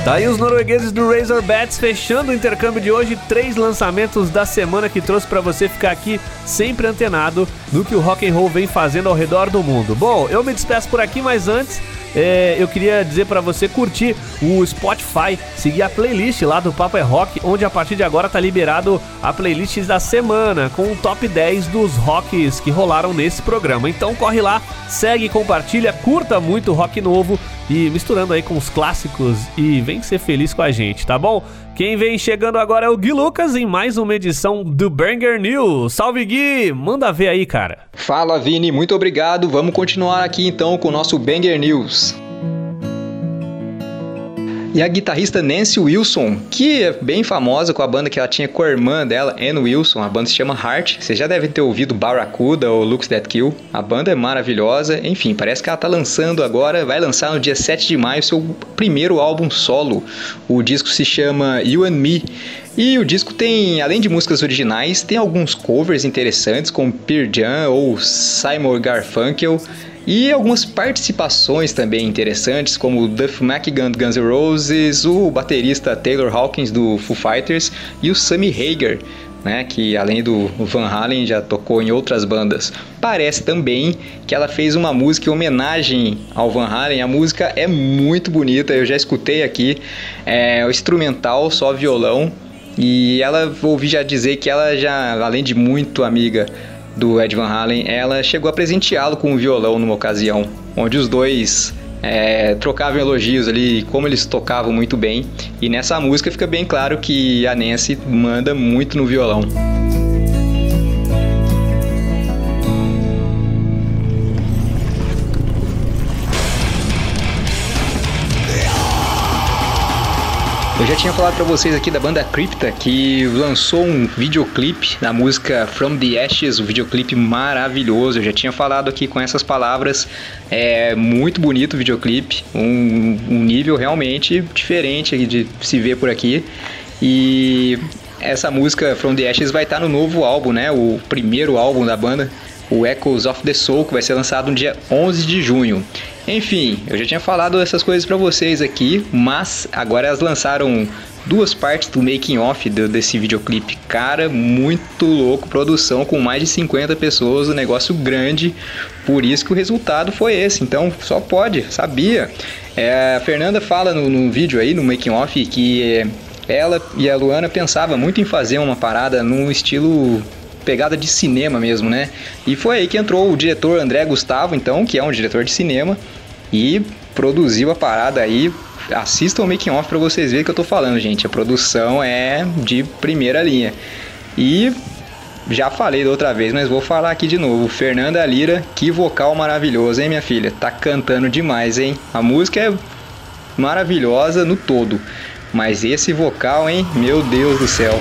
Tá aí os noruegueses do Razorbats fechando o intercâmbio de hoje, 3 lançamentos da semana que trouxe pra você ficar aqui sempre antenado no que o rock and roll vem fazendo ao redor do mundo. Bom, eu me despeço por aqui, mas antes eu queria dizer pra você curtir o Spotify, seguir a playlist lá do Papo é Rock, onde a partir de agora tá liberado a playlist da semana, com o top 10 dos rocks que rolaram nesse programa. Então corre lá, segue, compartilha, curta muito o rock novo e misturando aí com os clássicos e vem ser feliz com a gente, tá bom? Quem vem chegando agora é o Gui Lucas em mais uma edição do Banger News. Salve, Gui! Manda ver aí, cara. Fala, Vini, muito obrigado. Vamos continuar aqui então com o nosso Banger News. E a guitarrista Nancy Wilson, que é bem famosa com a banda que ela tinha com a irmã dela, Ann Wilson, a banda se chama Heart. Vocês já devem ter ouvido Barracuda ou Looks That Kill. A banda é maravilhosa, enfim, parece que ela tá lançando agora, vai lançar no dia 7 de maio seu primeiro álbum solo. O disco se chama You and Me. E o disco tem, além de músicas originais, tem alguns covers interessantes, como Pearl Jam ou Simon Garfunkel. E algumas participações também interessantes, como o Duff McKagan do Guns N' Roses, o baterista Taylor Hawkins do Foo Fighters e o Sammy Hagar, né, que além do Van Halen já tocou em outras bandas. Parece também que ela fez uma música em homenagem ao Van Halen. A música é muito bonita, eu já escutei aqui, é o instrumental, só violão, e ela ouvi já dizer que ela já, além de muito amiga do Ed Van Halen, ela chegou a presenteá-lo com um violão numa ocasião, onde os dois trocavam elogios ali, como eles tocavam muito bem, e nessa música fica bem claro que a Nancy manda muito no violão. Eu já tinha falado pra vocês aqui da banda Crypta, que lançou um videoclipe da música From the Ashes, um videoclipe maravilhoso. Eu já tinha falado aqui com essas palavras, é muito bonito o videoclipe, um nível realmente diferente de se ver por aqui. E essa música From the Ashes vai estar no novo álbum, né? O primeiro álbum da banda, o Echoes of the Soul, que vai ser lançado no dia 11 de junho. Enfim, eu já tinha falado essas coisas pra vocês aqui, mas agora elas lançaram 2 partes do making off desse videoclipe. Cara, muito louco, produção com mais de 50 pessoas, um negócio grande, por isso que o resultado foi esse. Então, só pode, sabia. A Fernanda fala no vídeo aí, no making off, que ela e a Luana pensavam muito em fazer uma parada num estilo pegada de cinema mesmo, né? E foi aí que entrou o diretor André Gustavo, então, que é um diretor de cinema, e produziu a parada aí. Assistam o making off pra vocês verem o que eu tô falando, gente. A produção é de primeira linha. E já falei da outra vez, mas vou falar aqui de novo. Fernanda Lira, que vocal maravilhoso, hein, minha filha? Tá cantando demais, hein? A música é maravilhosa no todo, mas esse vocal, hein? Meu Deus do céu.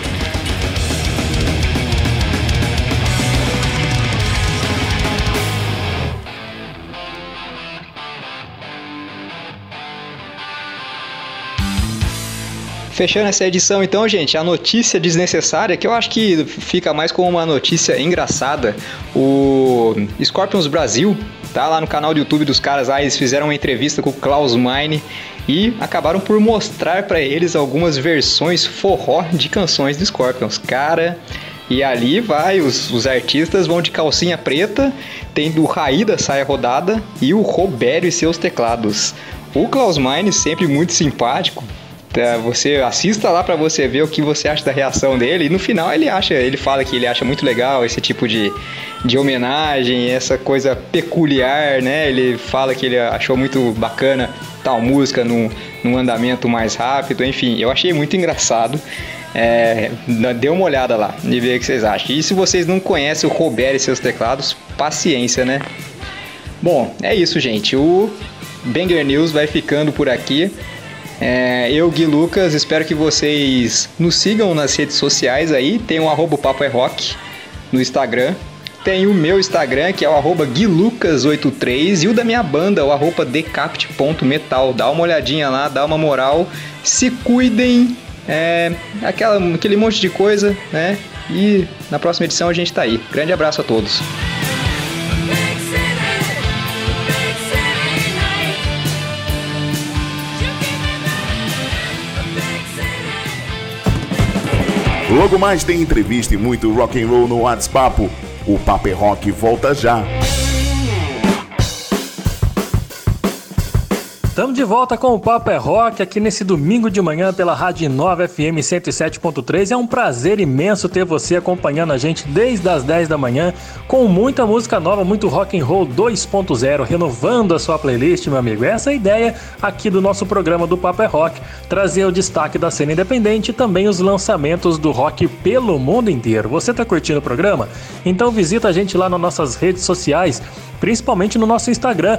Fechando essa edição então, gente, a notícia desnecessária, que eu acho que fica mais como uma notícia engraçada. O Scorpions Brasil, tá lá no canal do YouTube dos caras, lá eles fizeram uma entrevista com o Klaus Meine e acabaram por mostrar pra eles algumas versões forró de canções do Scorpions. Cara, e ali vai, os artistas vão de calcinha preta, tem do Raí da saia rodada e o Robério e seus teclados. O Klaus Meine, sempre muito simpático, você assista lá pra você ver o que você acha da reação dele, e no final ele fala que ele acha muito legal esse tipo de homenagem, essa coisa peculiar, né? Ele fala que ele achou muito bacana tal música num andamento mais rápido, enfim, eu achei muito engraçado. Dê uma olhada lá e vê o que vocês acham. E se vocês não conhecem o Robério e seus teclados, paciência, né? Bom, é isso, gente. O Banger News vai ficando por aqui. Eu, Gui Lucas, espero que vocês nos sigam nas redes sociais aí. Tem o @papoerock no Instagram. Tem o meu Instagram, que é o @guilucas83, e o da minha banda, o @decapt.metal. Dá uma olhadinha lá, dá uma moral. Se cuidem, aquele monte de coisa, né? E na próxima edição a gente tá aí. Grande abraço a todos. Logo mais tem entrevista e muito rock and roll no WhatsApp. O Papo é Rock volta já. Estamos de volta com o Papo é Rock aqui nesse domingo de manhã pela Rádio Nova FM 107.3. É um prazer imenso ter você acompanhando a gente desde as 10 da manhã com muita música nova, muito rock and roll 2.0, renovando a sua playlist, meu amigo. Essa é a ideia aqui do nosso programa do Papo é Rock, trazer o destaque da cena independente e também os lançamentos do rock pelo mundo inteiro. Você tá curtindo o programa? Então visita a gente lá nas nossas redes sociais, principalmente no nosso Instagram,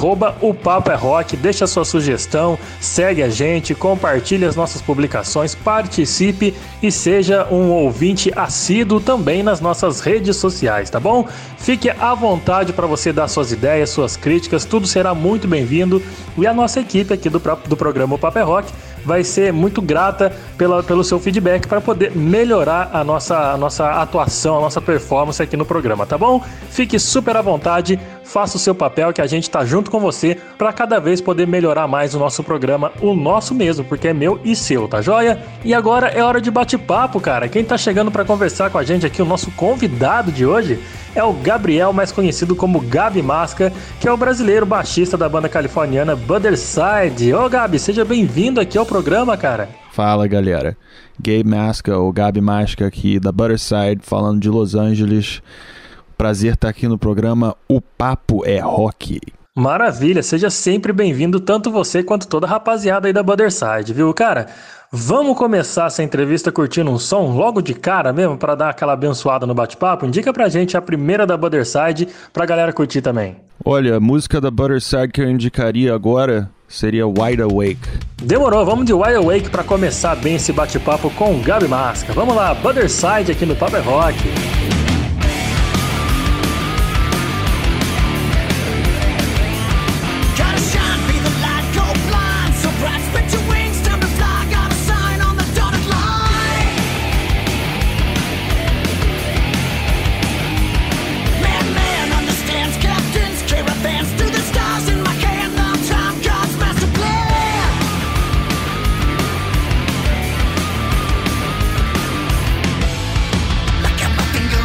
@opapoerock, deixa sua sugestão, segue a gente, compartilhe as nossas publicações, participe e seja um ouvinte assíduo também nas nossas redes sociais, tá bom? Fique à vontade para você dar suas ideias, suas críticas, tudo será muito bem-vindo e a nossa equipe aqui do programa O Papo é Rock vai ser muito grata pelo seu feedback para poder melhorar a nossa atuação, a nossa performance aqui no programa, tá bom? Fique super à vontade, faça o seu papel que a gente tá junto com você para cada vez poder melhorar mais o nosso programa, o nosso mesmo, porque é meu e seu, tá joia? E agora é hora de bate-papo, cara. Quem tá chegando para conversar com a gente aqui, o nosso convidado de hoje, é o Gabriel, mais conhecido como Gabi Masca, que é o brasileiro baixista da banda californiana Butherside. Ô Gabi, seja bem-vindo aqui ao programa, cara. Fala, galera. Gabe Masca, ou Gabi Masca aqui da Butherside, falando de Los Angeles. Prazer estar aqui no programa O Papo é Rock. Maravilha, seja sempre bem-vindo, tanto você quanto toda a rapaziada aí da Butherside, viu, cara? Vamos começar essa entrevista curtindo um som logo de cara mesmo, para dar aquela abençoada no bate-papo? Indica pra gente a primeira da Butherside pra galera curtir também. Olha, a música da Butherside que eu indicaria agora seria Wide Awake. Demorou, vamos de Wide Awake pra começar bem esse bate-papo com o Gabi Masca. Vamos lá, Butherside aqui no Papo é Rock. Like a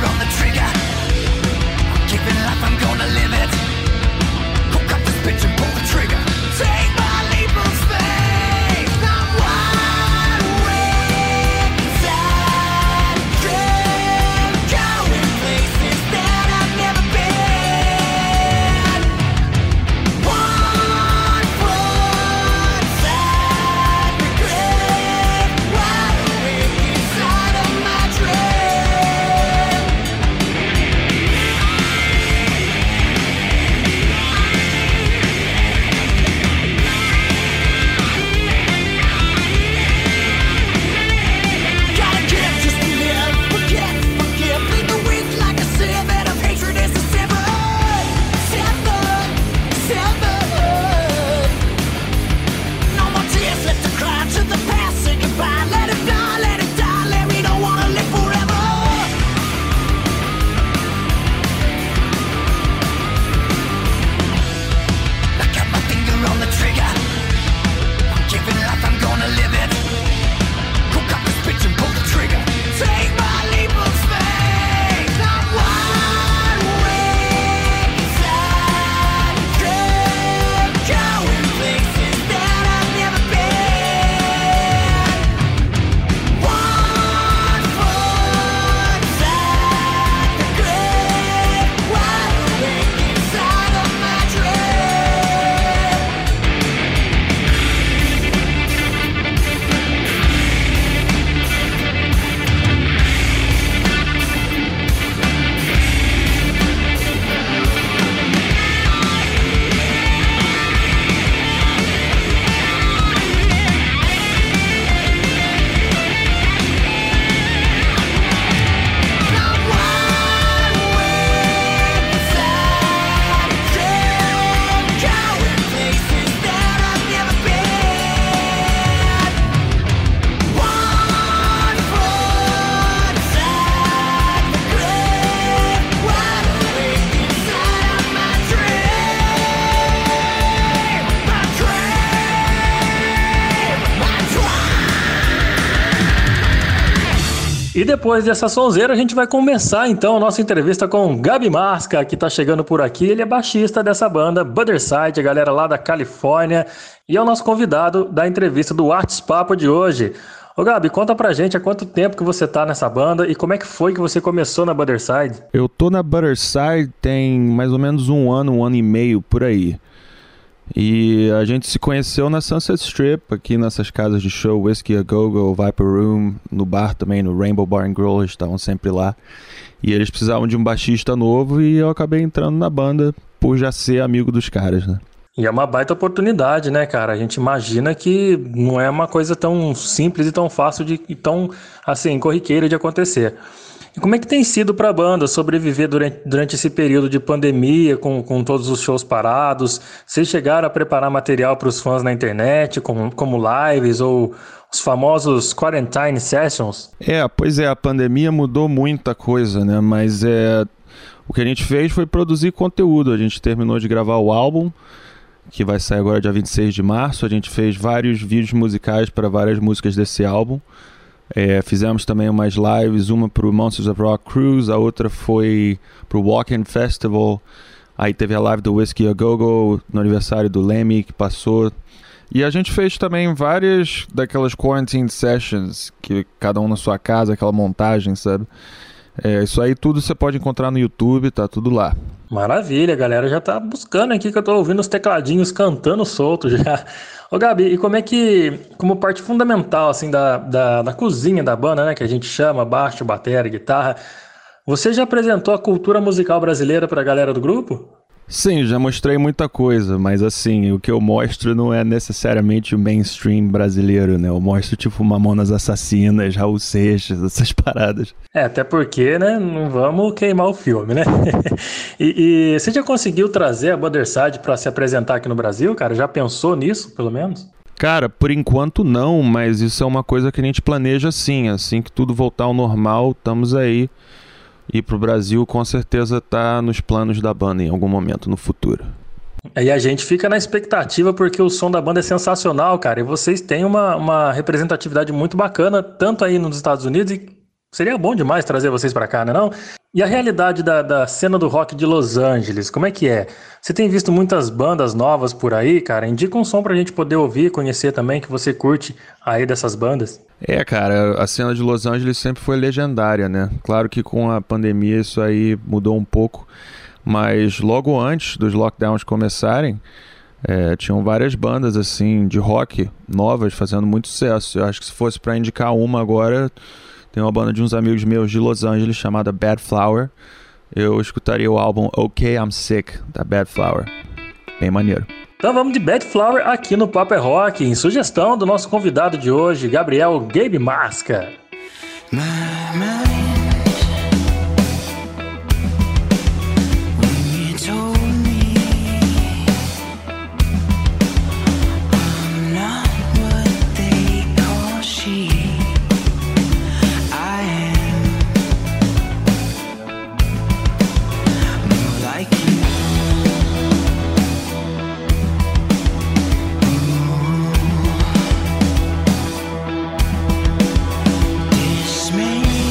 E depois dessa sonzeira, a gente vai começar então a nossa entrevista com o Gabi Masca, que tá chegando por aqui. Ele é baixista dessa banda, Butherside, a galera lá da Califórnia, e é o nosso convidado da entrevista do WhatsApp de hoje. Ô Gabi, conta pra gente há quanto tempo que você tá nessa banda e como é que foi que você começou na Butherside? Eu tô na Butherside tem mais ou menos um ano e meio, por aí. E a gente se conheceu na Sunset Strip, aqui nessas casas de show, Whiskey A Go-Go, Viper Room, no bar também, no Rainbow Bar and Grill, eles estavam sempre lá. E eles precisavam de um baixista novo e eu acabei entrando na banda por já ser amigo dos caras, né? E é uma baita oportunidade, né, cara? A gente imagina que não é uma coisa tão simples e tão fácil e tão, assim, corriqueira de acontecer. E como é que tem sido para a banda sobreviver durante esse período de pandemia, com todos os shows parados? Vocês chegaram a preparar material para os fãs na internet, como lives ou os famosos Quarantine Sessions? Pois é, a pandemia mudou muita coisa, né? Mas o que a gente fez foi produzir conteúdo. A gente terminou de gravar o álbum, que vai sair agora dia 26 de março. A gente fez vários vídeos musicais para várias músicas desse álbum. Fizemos também umas lives, uma pro Monsters of Rock Cruise, a outra foi pro Walk-In Festival, aí teve a live do Whiskey A Go-Go no aniversário do Lemmy que passou, e a gente fez também várias daquelas Quarantine Sessions, que cada um na sua casa, aquela montagem, sabe? Isso aí tudo você pode encontrar no YouTube, tá tudo lá. Maravilha, galera já tá buscando aqui, que eu tô ouvindo os tecladinhos cantando solto já. Ô Gabi, e como parte fundamental assim da cozinha da banda, né, que a gente chama baixo, bateria, guitarra, você já apresentou a cultura musical brasileira pra galera do grupo? Sim, já mostrei muita coisa, mas assim, o que eu mostro não é necessariamente o mainstream brasileiro, né? Eu mostro tipo Mamonas Assassinas, Raul Seixas, essas paradas. Até porque, né, não vamos queimar o filme, né? e você já conseguiu trazer a Butherside pra se apresentar aqui no Brasil, cara? Já pensou nisso, pelo menos? Cara, por enquanto não, mas isso é uma coisa que a gente planeja sim. Assim que tudo voltar ao normal, estamos aí. E pro Brasil, com certeza, tá nos planos da banda em algum momento no futuro. E a gente fica na expectativa porque o som da banda é sensacional, cara. E vocês têm uma representatividade muito bacana, tanto aí nos Estados Unidos, e seria bom demais trazer vocês pra cá, né não? E a realidade da cena do rock de Los Angeles, como é que é? Você tem visto muitas bandas novas por aí, cara? Indica um som pra gente poder ouvir e conhecer também, que você curte aí dessas bandas. Cara, a cena de Los Angeles sempre foi legendária, né? Claro que com a pandemia isso aí mudou um pouco, mas logo antes dos lockdowns começarem, tinham várias bandas assim de rock novas fazendo muito sucesso. Eu acho que se fosse pra indicar uma agora, tem uma banda de uns amigos meus de Los Angeles chamada Bad Flower. Eu escutaria o álbum OK I'm Sick, da Bad Flower. Bem maneiro. Então vamos de Bad Flower aqui no Papo é Rock, em sugestão do nosso convidado de hoje, Gabriel Gabe Masca. Dismay.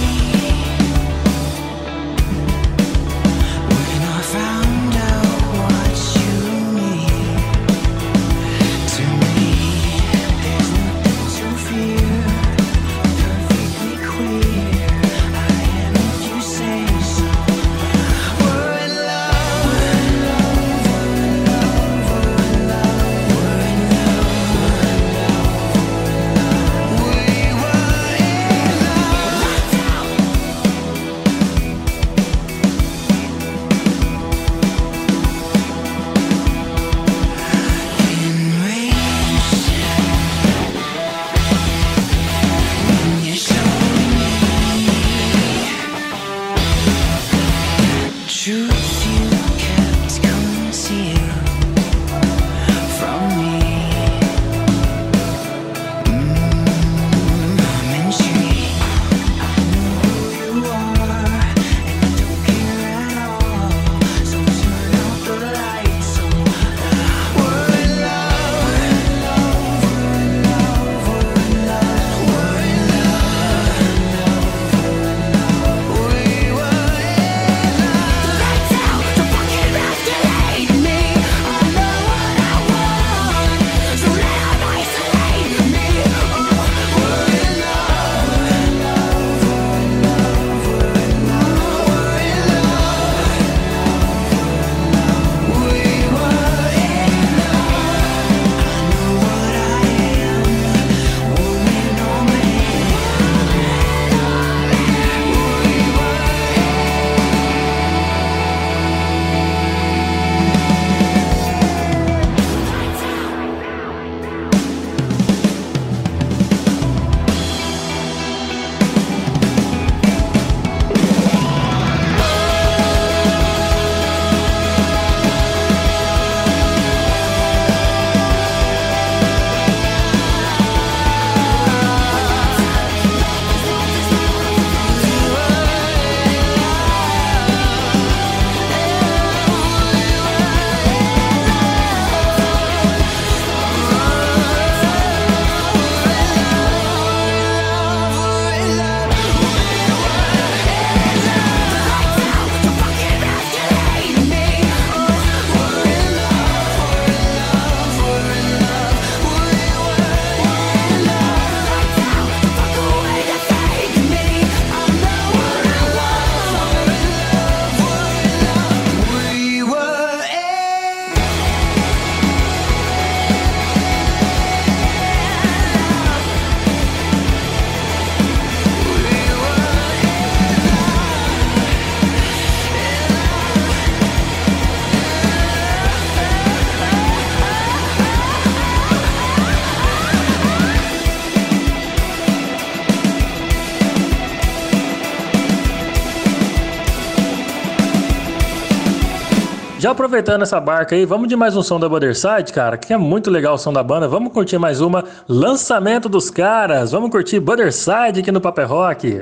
Já aproveitando essa barca aí, vamos de mais um som da Butherside, cara, que é muito legal o som da banda. Vamos curtir mais uma, lançamento dos caras. Vamos curtir Butherside aqui no Paper Rock.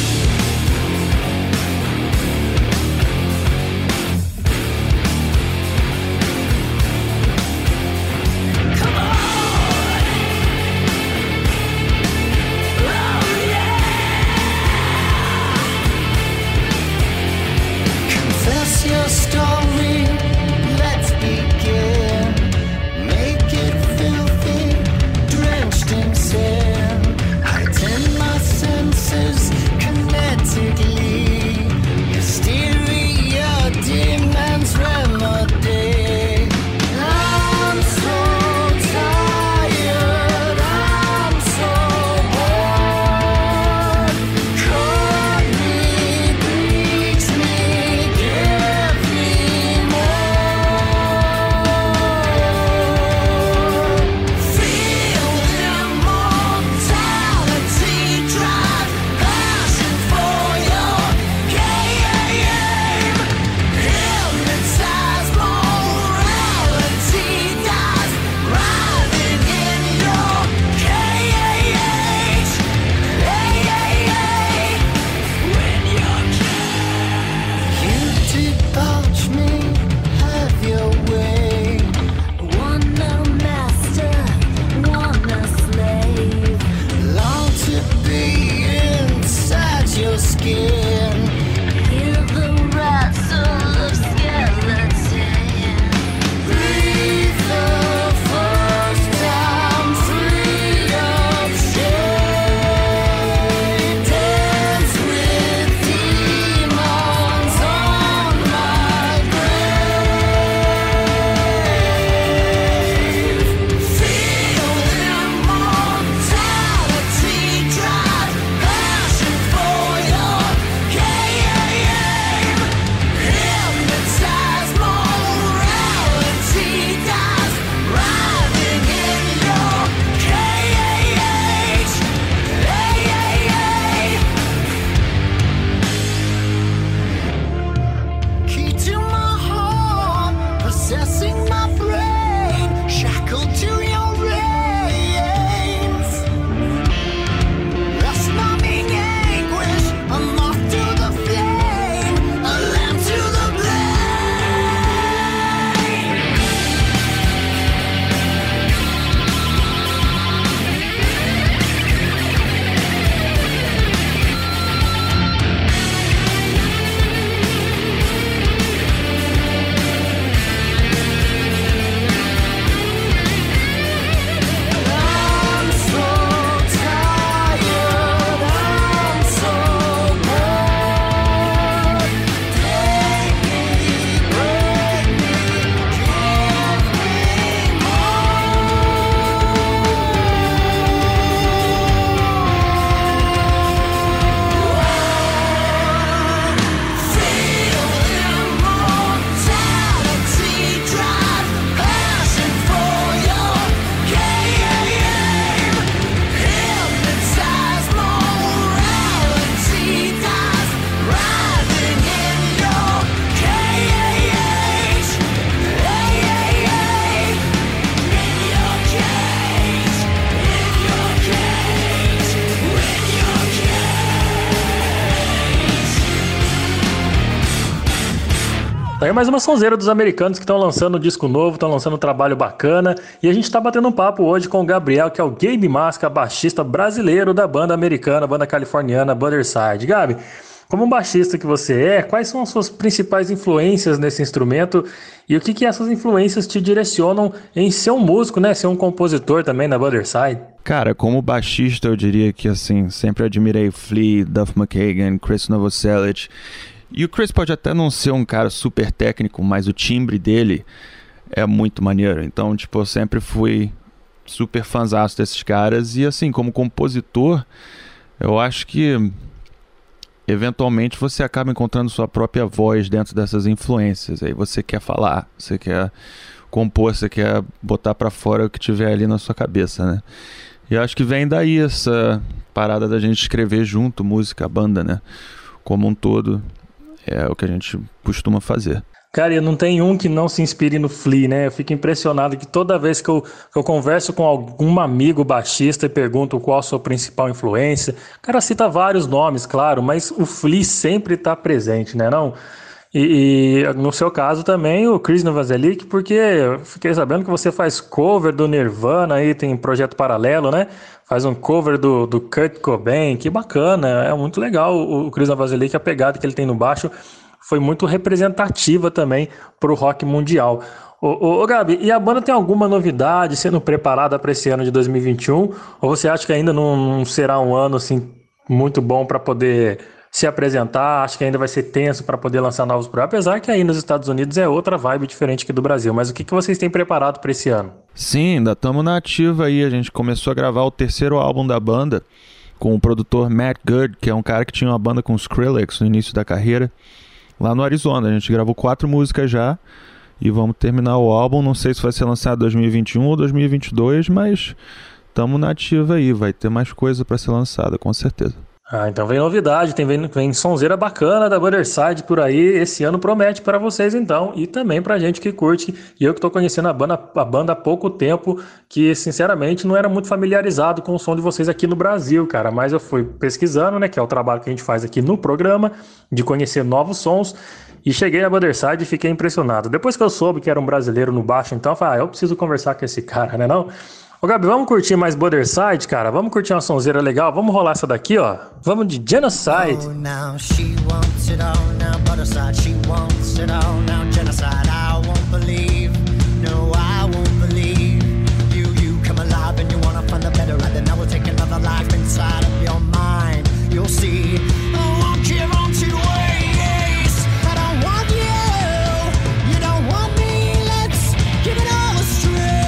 Tá aí mais uma sonzeira dos americanos que estão lançando um disco novo, estão lançando um trabalho bacana. E a gente tá batendo um papo hoje com o Gabriel, que é o Gabe Masca, baixista brasileiro da banda americana, banda californiana Butherside. Gabi, como baixista que você é, quais são as suas principais influências nesse instrumento e o que essas influências te direcionam em ser um músico, né? Ser um compositor também na Butherside? Cara, como baixista eu diria que assim, sempre admirei Flea, Duff McKagan, Chris Novoselic. E o Chris pode até não ser um cara super técnico, mas o timbre dele é muito maneiro. Então, tipo, eu sempre fui super fãzaço desses caras. E assim, como compositor, eu acho que eventualmente você acaba encontrando sua própria voz dentro dessas influências. Aí você quer falar, você quer compor, você quer botar pra fora o que tiver ali na sua cabeça, né? E eu acho que vem daí essa parada da gente escrever junto, música, banda, né? Como um todo. É o que a gente costuma fazer. Cara, não tem um que não se inspire no Flea, né? Eu fico impressionado que toda vez que eu converso com algum amigo baixista e pergunto qual a sua principal influência, o cara cita vários nomes, claro, mas o Flea sempre tá presente, né, não? E no seu caso também o Chris Novoselic, porque eu fiquei sabendo que você faz cover do Nirvana aí, tem projeto paralelo, né? Faz um cover do Kurt Cobain, que bacana, é muito legal o Chris Novoselic, a pegada que ele tem no baixo foi muito representativa também pro rock mundial. Ô Gabi, e a banda tem alguma novidade sendo preparada para esse ano de 2021? Ou você acha que ainda não será um ano assim muito bom para poder se apresentar? Acho que ainda vai ser tenso para poder lançar novos projetos, apesar que aí nos Estados Unidos é outra vibe diferente que do Brasil. Mas o que vocês têm preparado para esse ano? Sim, ainda estamos na ativa aí. A gente começou a gravar o terceiro álbum da banda com o produtor Matt Good, que é um cara que tinha uma banda com Skrillex no início da carreira, lá no Arizona. A gente gravou 4 músicas já e vamos terminar o álbum. Não sei se vai ser lançado em 2021 ou 2022, mas estamos na ativa aí. Vai ter mais coisa para ser lançada, com certeza. Ah, então vem novidade, vem sonzeira bacana da Motherside por aí. Esse ano promete para vocês então, e também pra gente que curte. E eu que tô conhecendo a banda há pouco tempo, que sinceramente não era muito familiarizado com o som de vocês aqui no Brasil, cara. Mas eu fui pesquisando, né, que é o trabalho que a gente faz aqui no programa, de conhecer novos sons. E cheguei na Motherside e fiquei impressionado. Depois que eu soube que era um brasileiro no baixo, então eu falei, eu preciso conversar com esse cara, né não? Ô Gabi, vamos curtir mais Motherside, cara? Vamos curtir uma sonzeira legal? Vamos rolar essa daqui, ó. Vamos de Genocide. Oh, now she wants it all now, Motherside. She wants it all now, Genocide. I won't believe, no, I won't believe. You come alive and you wanna find a better ride. Then I will take another life inside of your mind. You'll see, I won't give on to waste. I don't want you, you don't want me. Let's give it all a straight.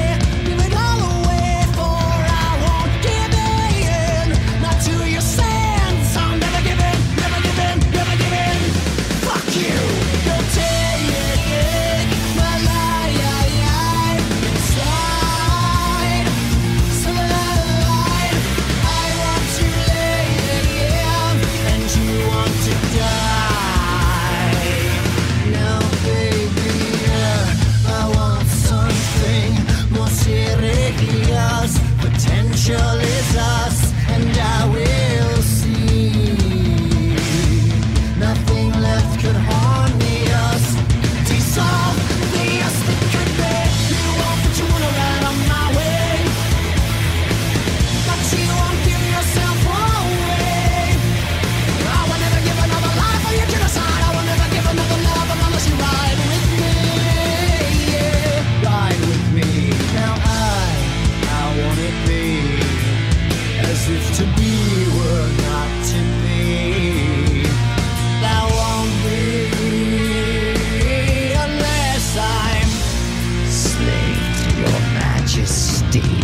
Potential is us, and I will see. Nothing left could harm me, us. Dissolve the us that could be. You want what you wanna ride on my way, but you won't give yourself away. I will never give another life for your genocide. I will never give another love unless you ride with me. Yeah, ride with me. Now I want it be as if to be were not to be. That won't be unless I'm slave to your majesty.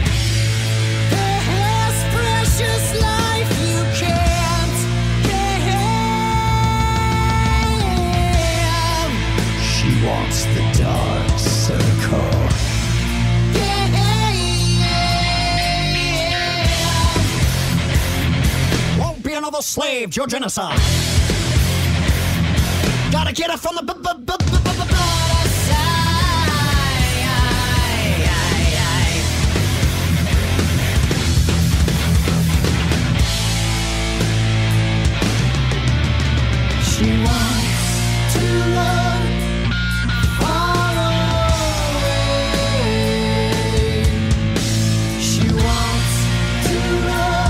This precious life you can't give. She wants the dark circle. Another slave, your genocide. Gotta get it from the blood side. She wants to run far away. She wants to run.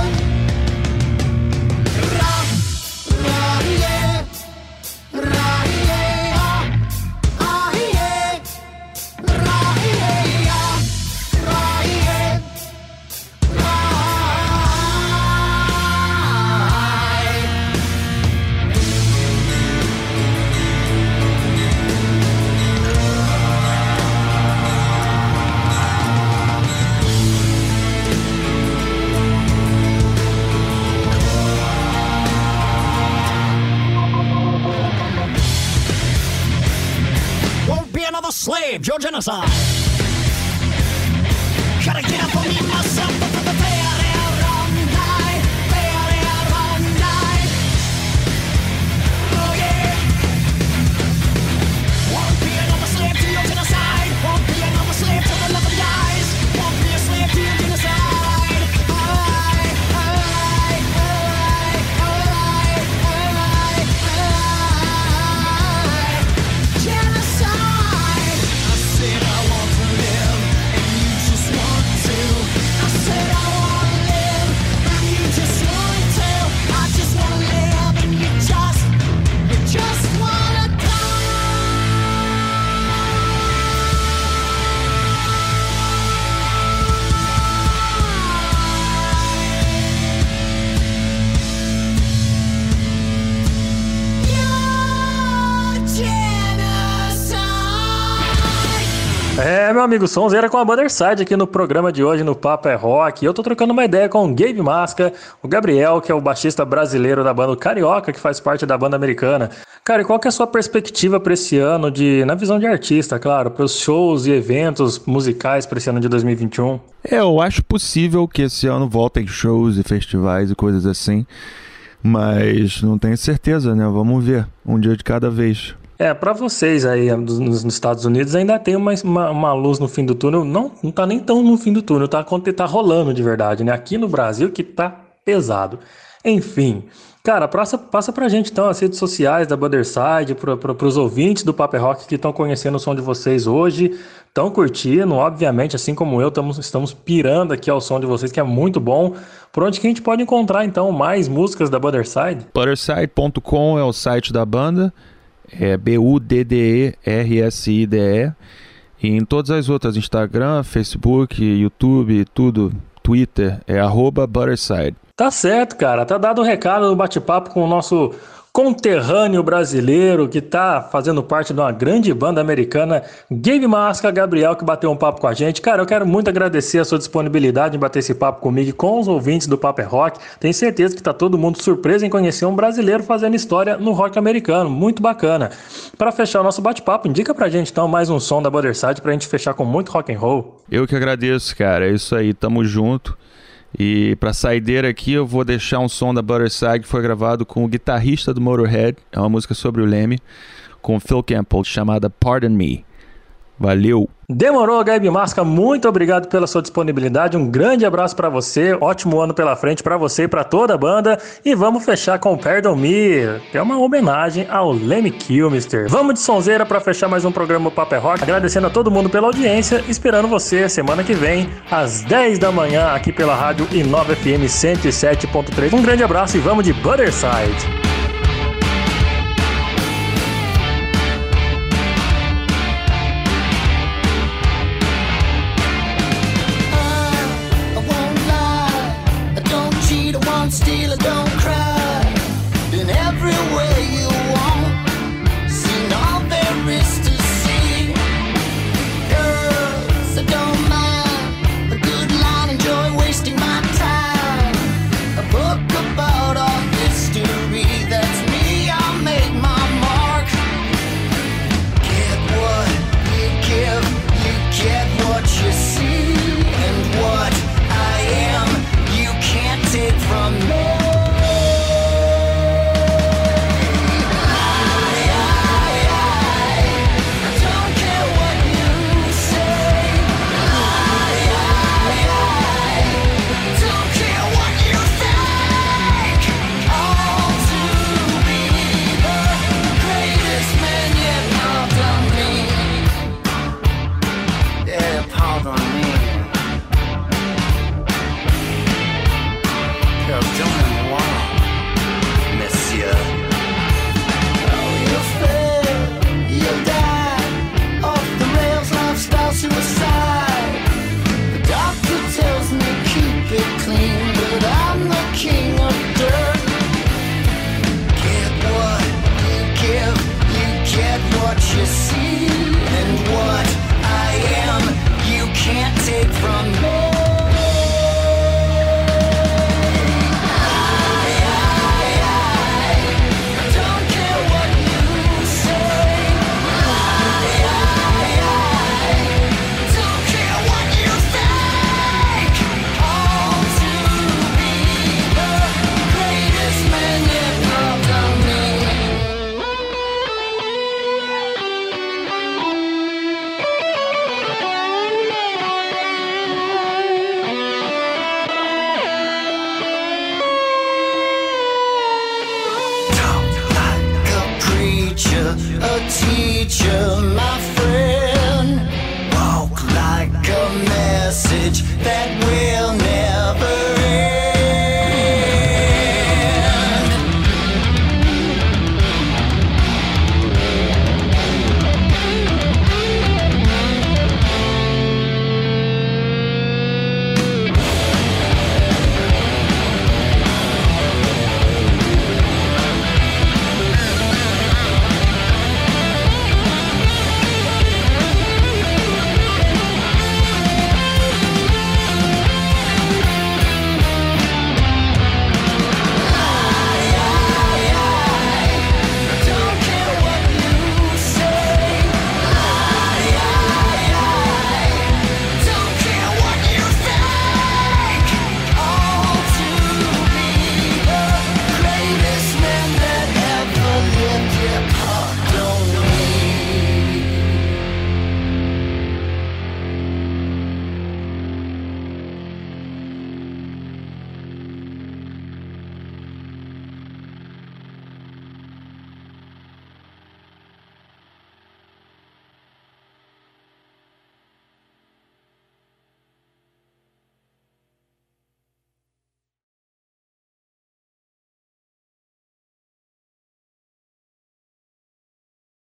Slave, your genocide. Gotta get up on me myself. Oh yeah. Meu amigo, sonzeira com a Banderside aqui no programa de hoje, no Papo é Rock. Eu tô trocando uma ideia com o Gabe Masca, o Gabriel, que é o baixista brasileiro da banda Carioca, que faz parte da banda americana. Cara, e qual que é a sua perspectiva para esse ano, na visão de artista, claro, para os shows e eventos musicais para esse ano de 2021? Eu acho possível que esse ano voltem shows e festivais e coisas assim, mas não tenho certeza, né? Vamos ver, um dia de cada vez. Pra vocês aí nos Estados Unidos ainda tem uma luz no fim do túnel, não tá nem tão no fim do túnel, tá rolando de verdade, né? Aqui no Brasil que tá pesado. Enfim, cara, passa pra gente então as redes sociais da Banderside, pros ouvintes do Papo é Rock que estão conhecendo o som de vocês hoje, estão curtindo, obviamente, assim como eu, estamos pirando aqui ao som de vocês, que é muito bom. Por onde que a gente pode encontrar então mais músicas da Banderside? Banderside.com é o site da banda. É BUDDERSIDE, e em todas as outras, Instagram, Facebook, YouTube, tudo, Twitter, é @Banderside. Tá certo, cara, tá dado o recado no bate-papo com o nosso conterrâneo brasileiro que tá fazendo parte de uma grande banda americana, Gabe Masca, Gabriel, que bateu um papo com a gente. Cara, eu quero muito agradecer a sua disponibilidade em bater esse papo comigo e com os ouvintes do Papo é Rock. Tenho certeza que tá todo mundo surpreso em conhecer um brasileiro fazendo história no rock americano. Muito bacana. Para fechar o nosso bate-papo, indica pra gente então mais um som da Banderside pra gente fechar com muito rock and roll. Eu que agradeço, cara. É isso aí, tamo junto. E pra saideira aqui eu vou deixar um som da Banderside que foi gravado com o guitarrista do Motorhead, é uma música sobre o Lemmy, com o Phil Campbell, chamada Pardon Me. Valeu! Demorou, Gabe Masca, muito obrigado pela sua disponibilidade, um grande abraço pra você, ótimo ano pela frente pra você e pra toda a banda, e vamos fechar com Pardon Me, que é uma homenagem ao Lemmy Kilmister. Vamos de sonzeira pra fechar mais um programa Papo é Rock, agradecendo a todo mundo pela audiência, esperando você semana que vem, às 10 da manhã, aqui pela rádio I9 FM 107.3. Um grande abraço e vamos de Banderside! Steal, I don't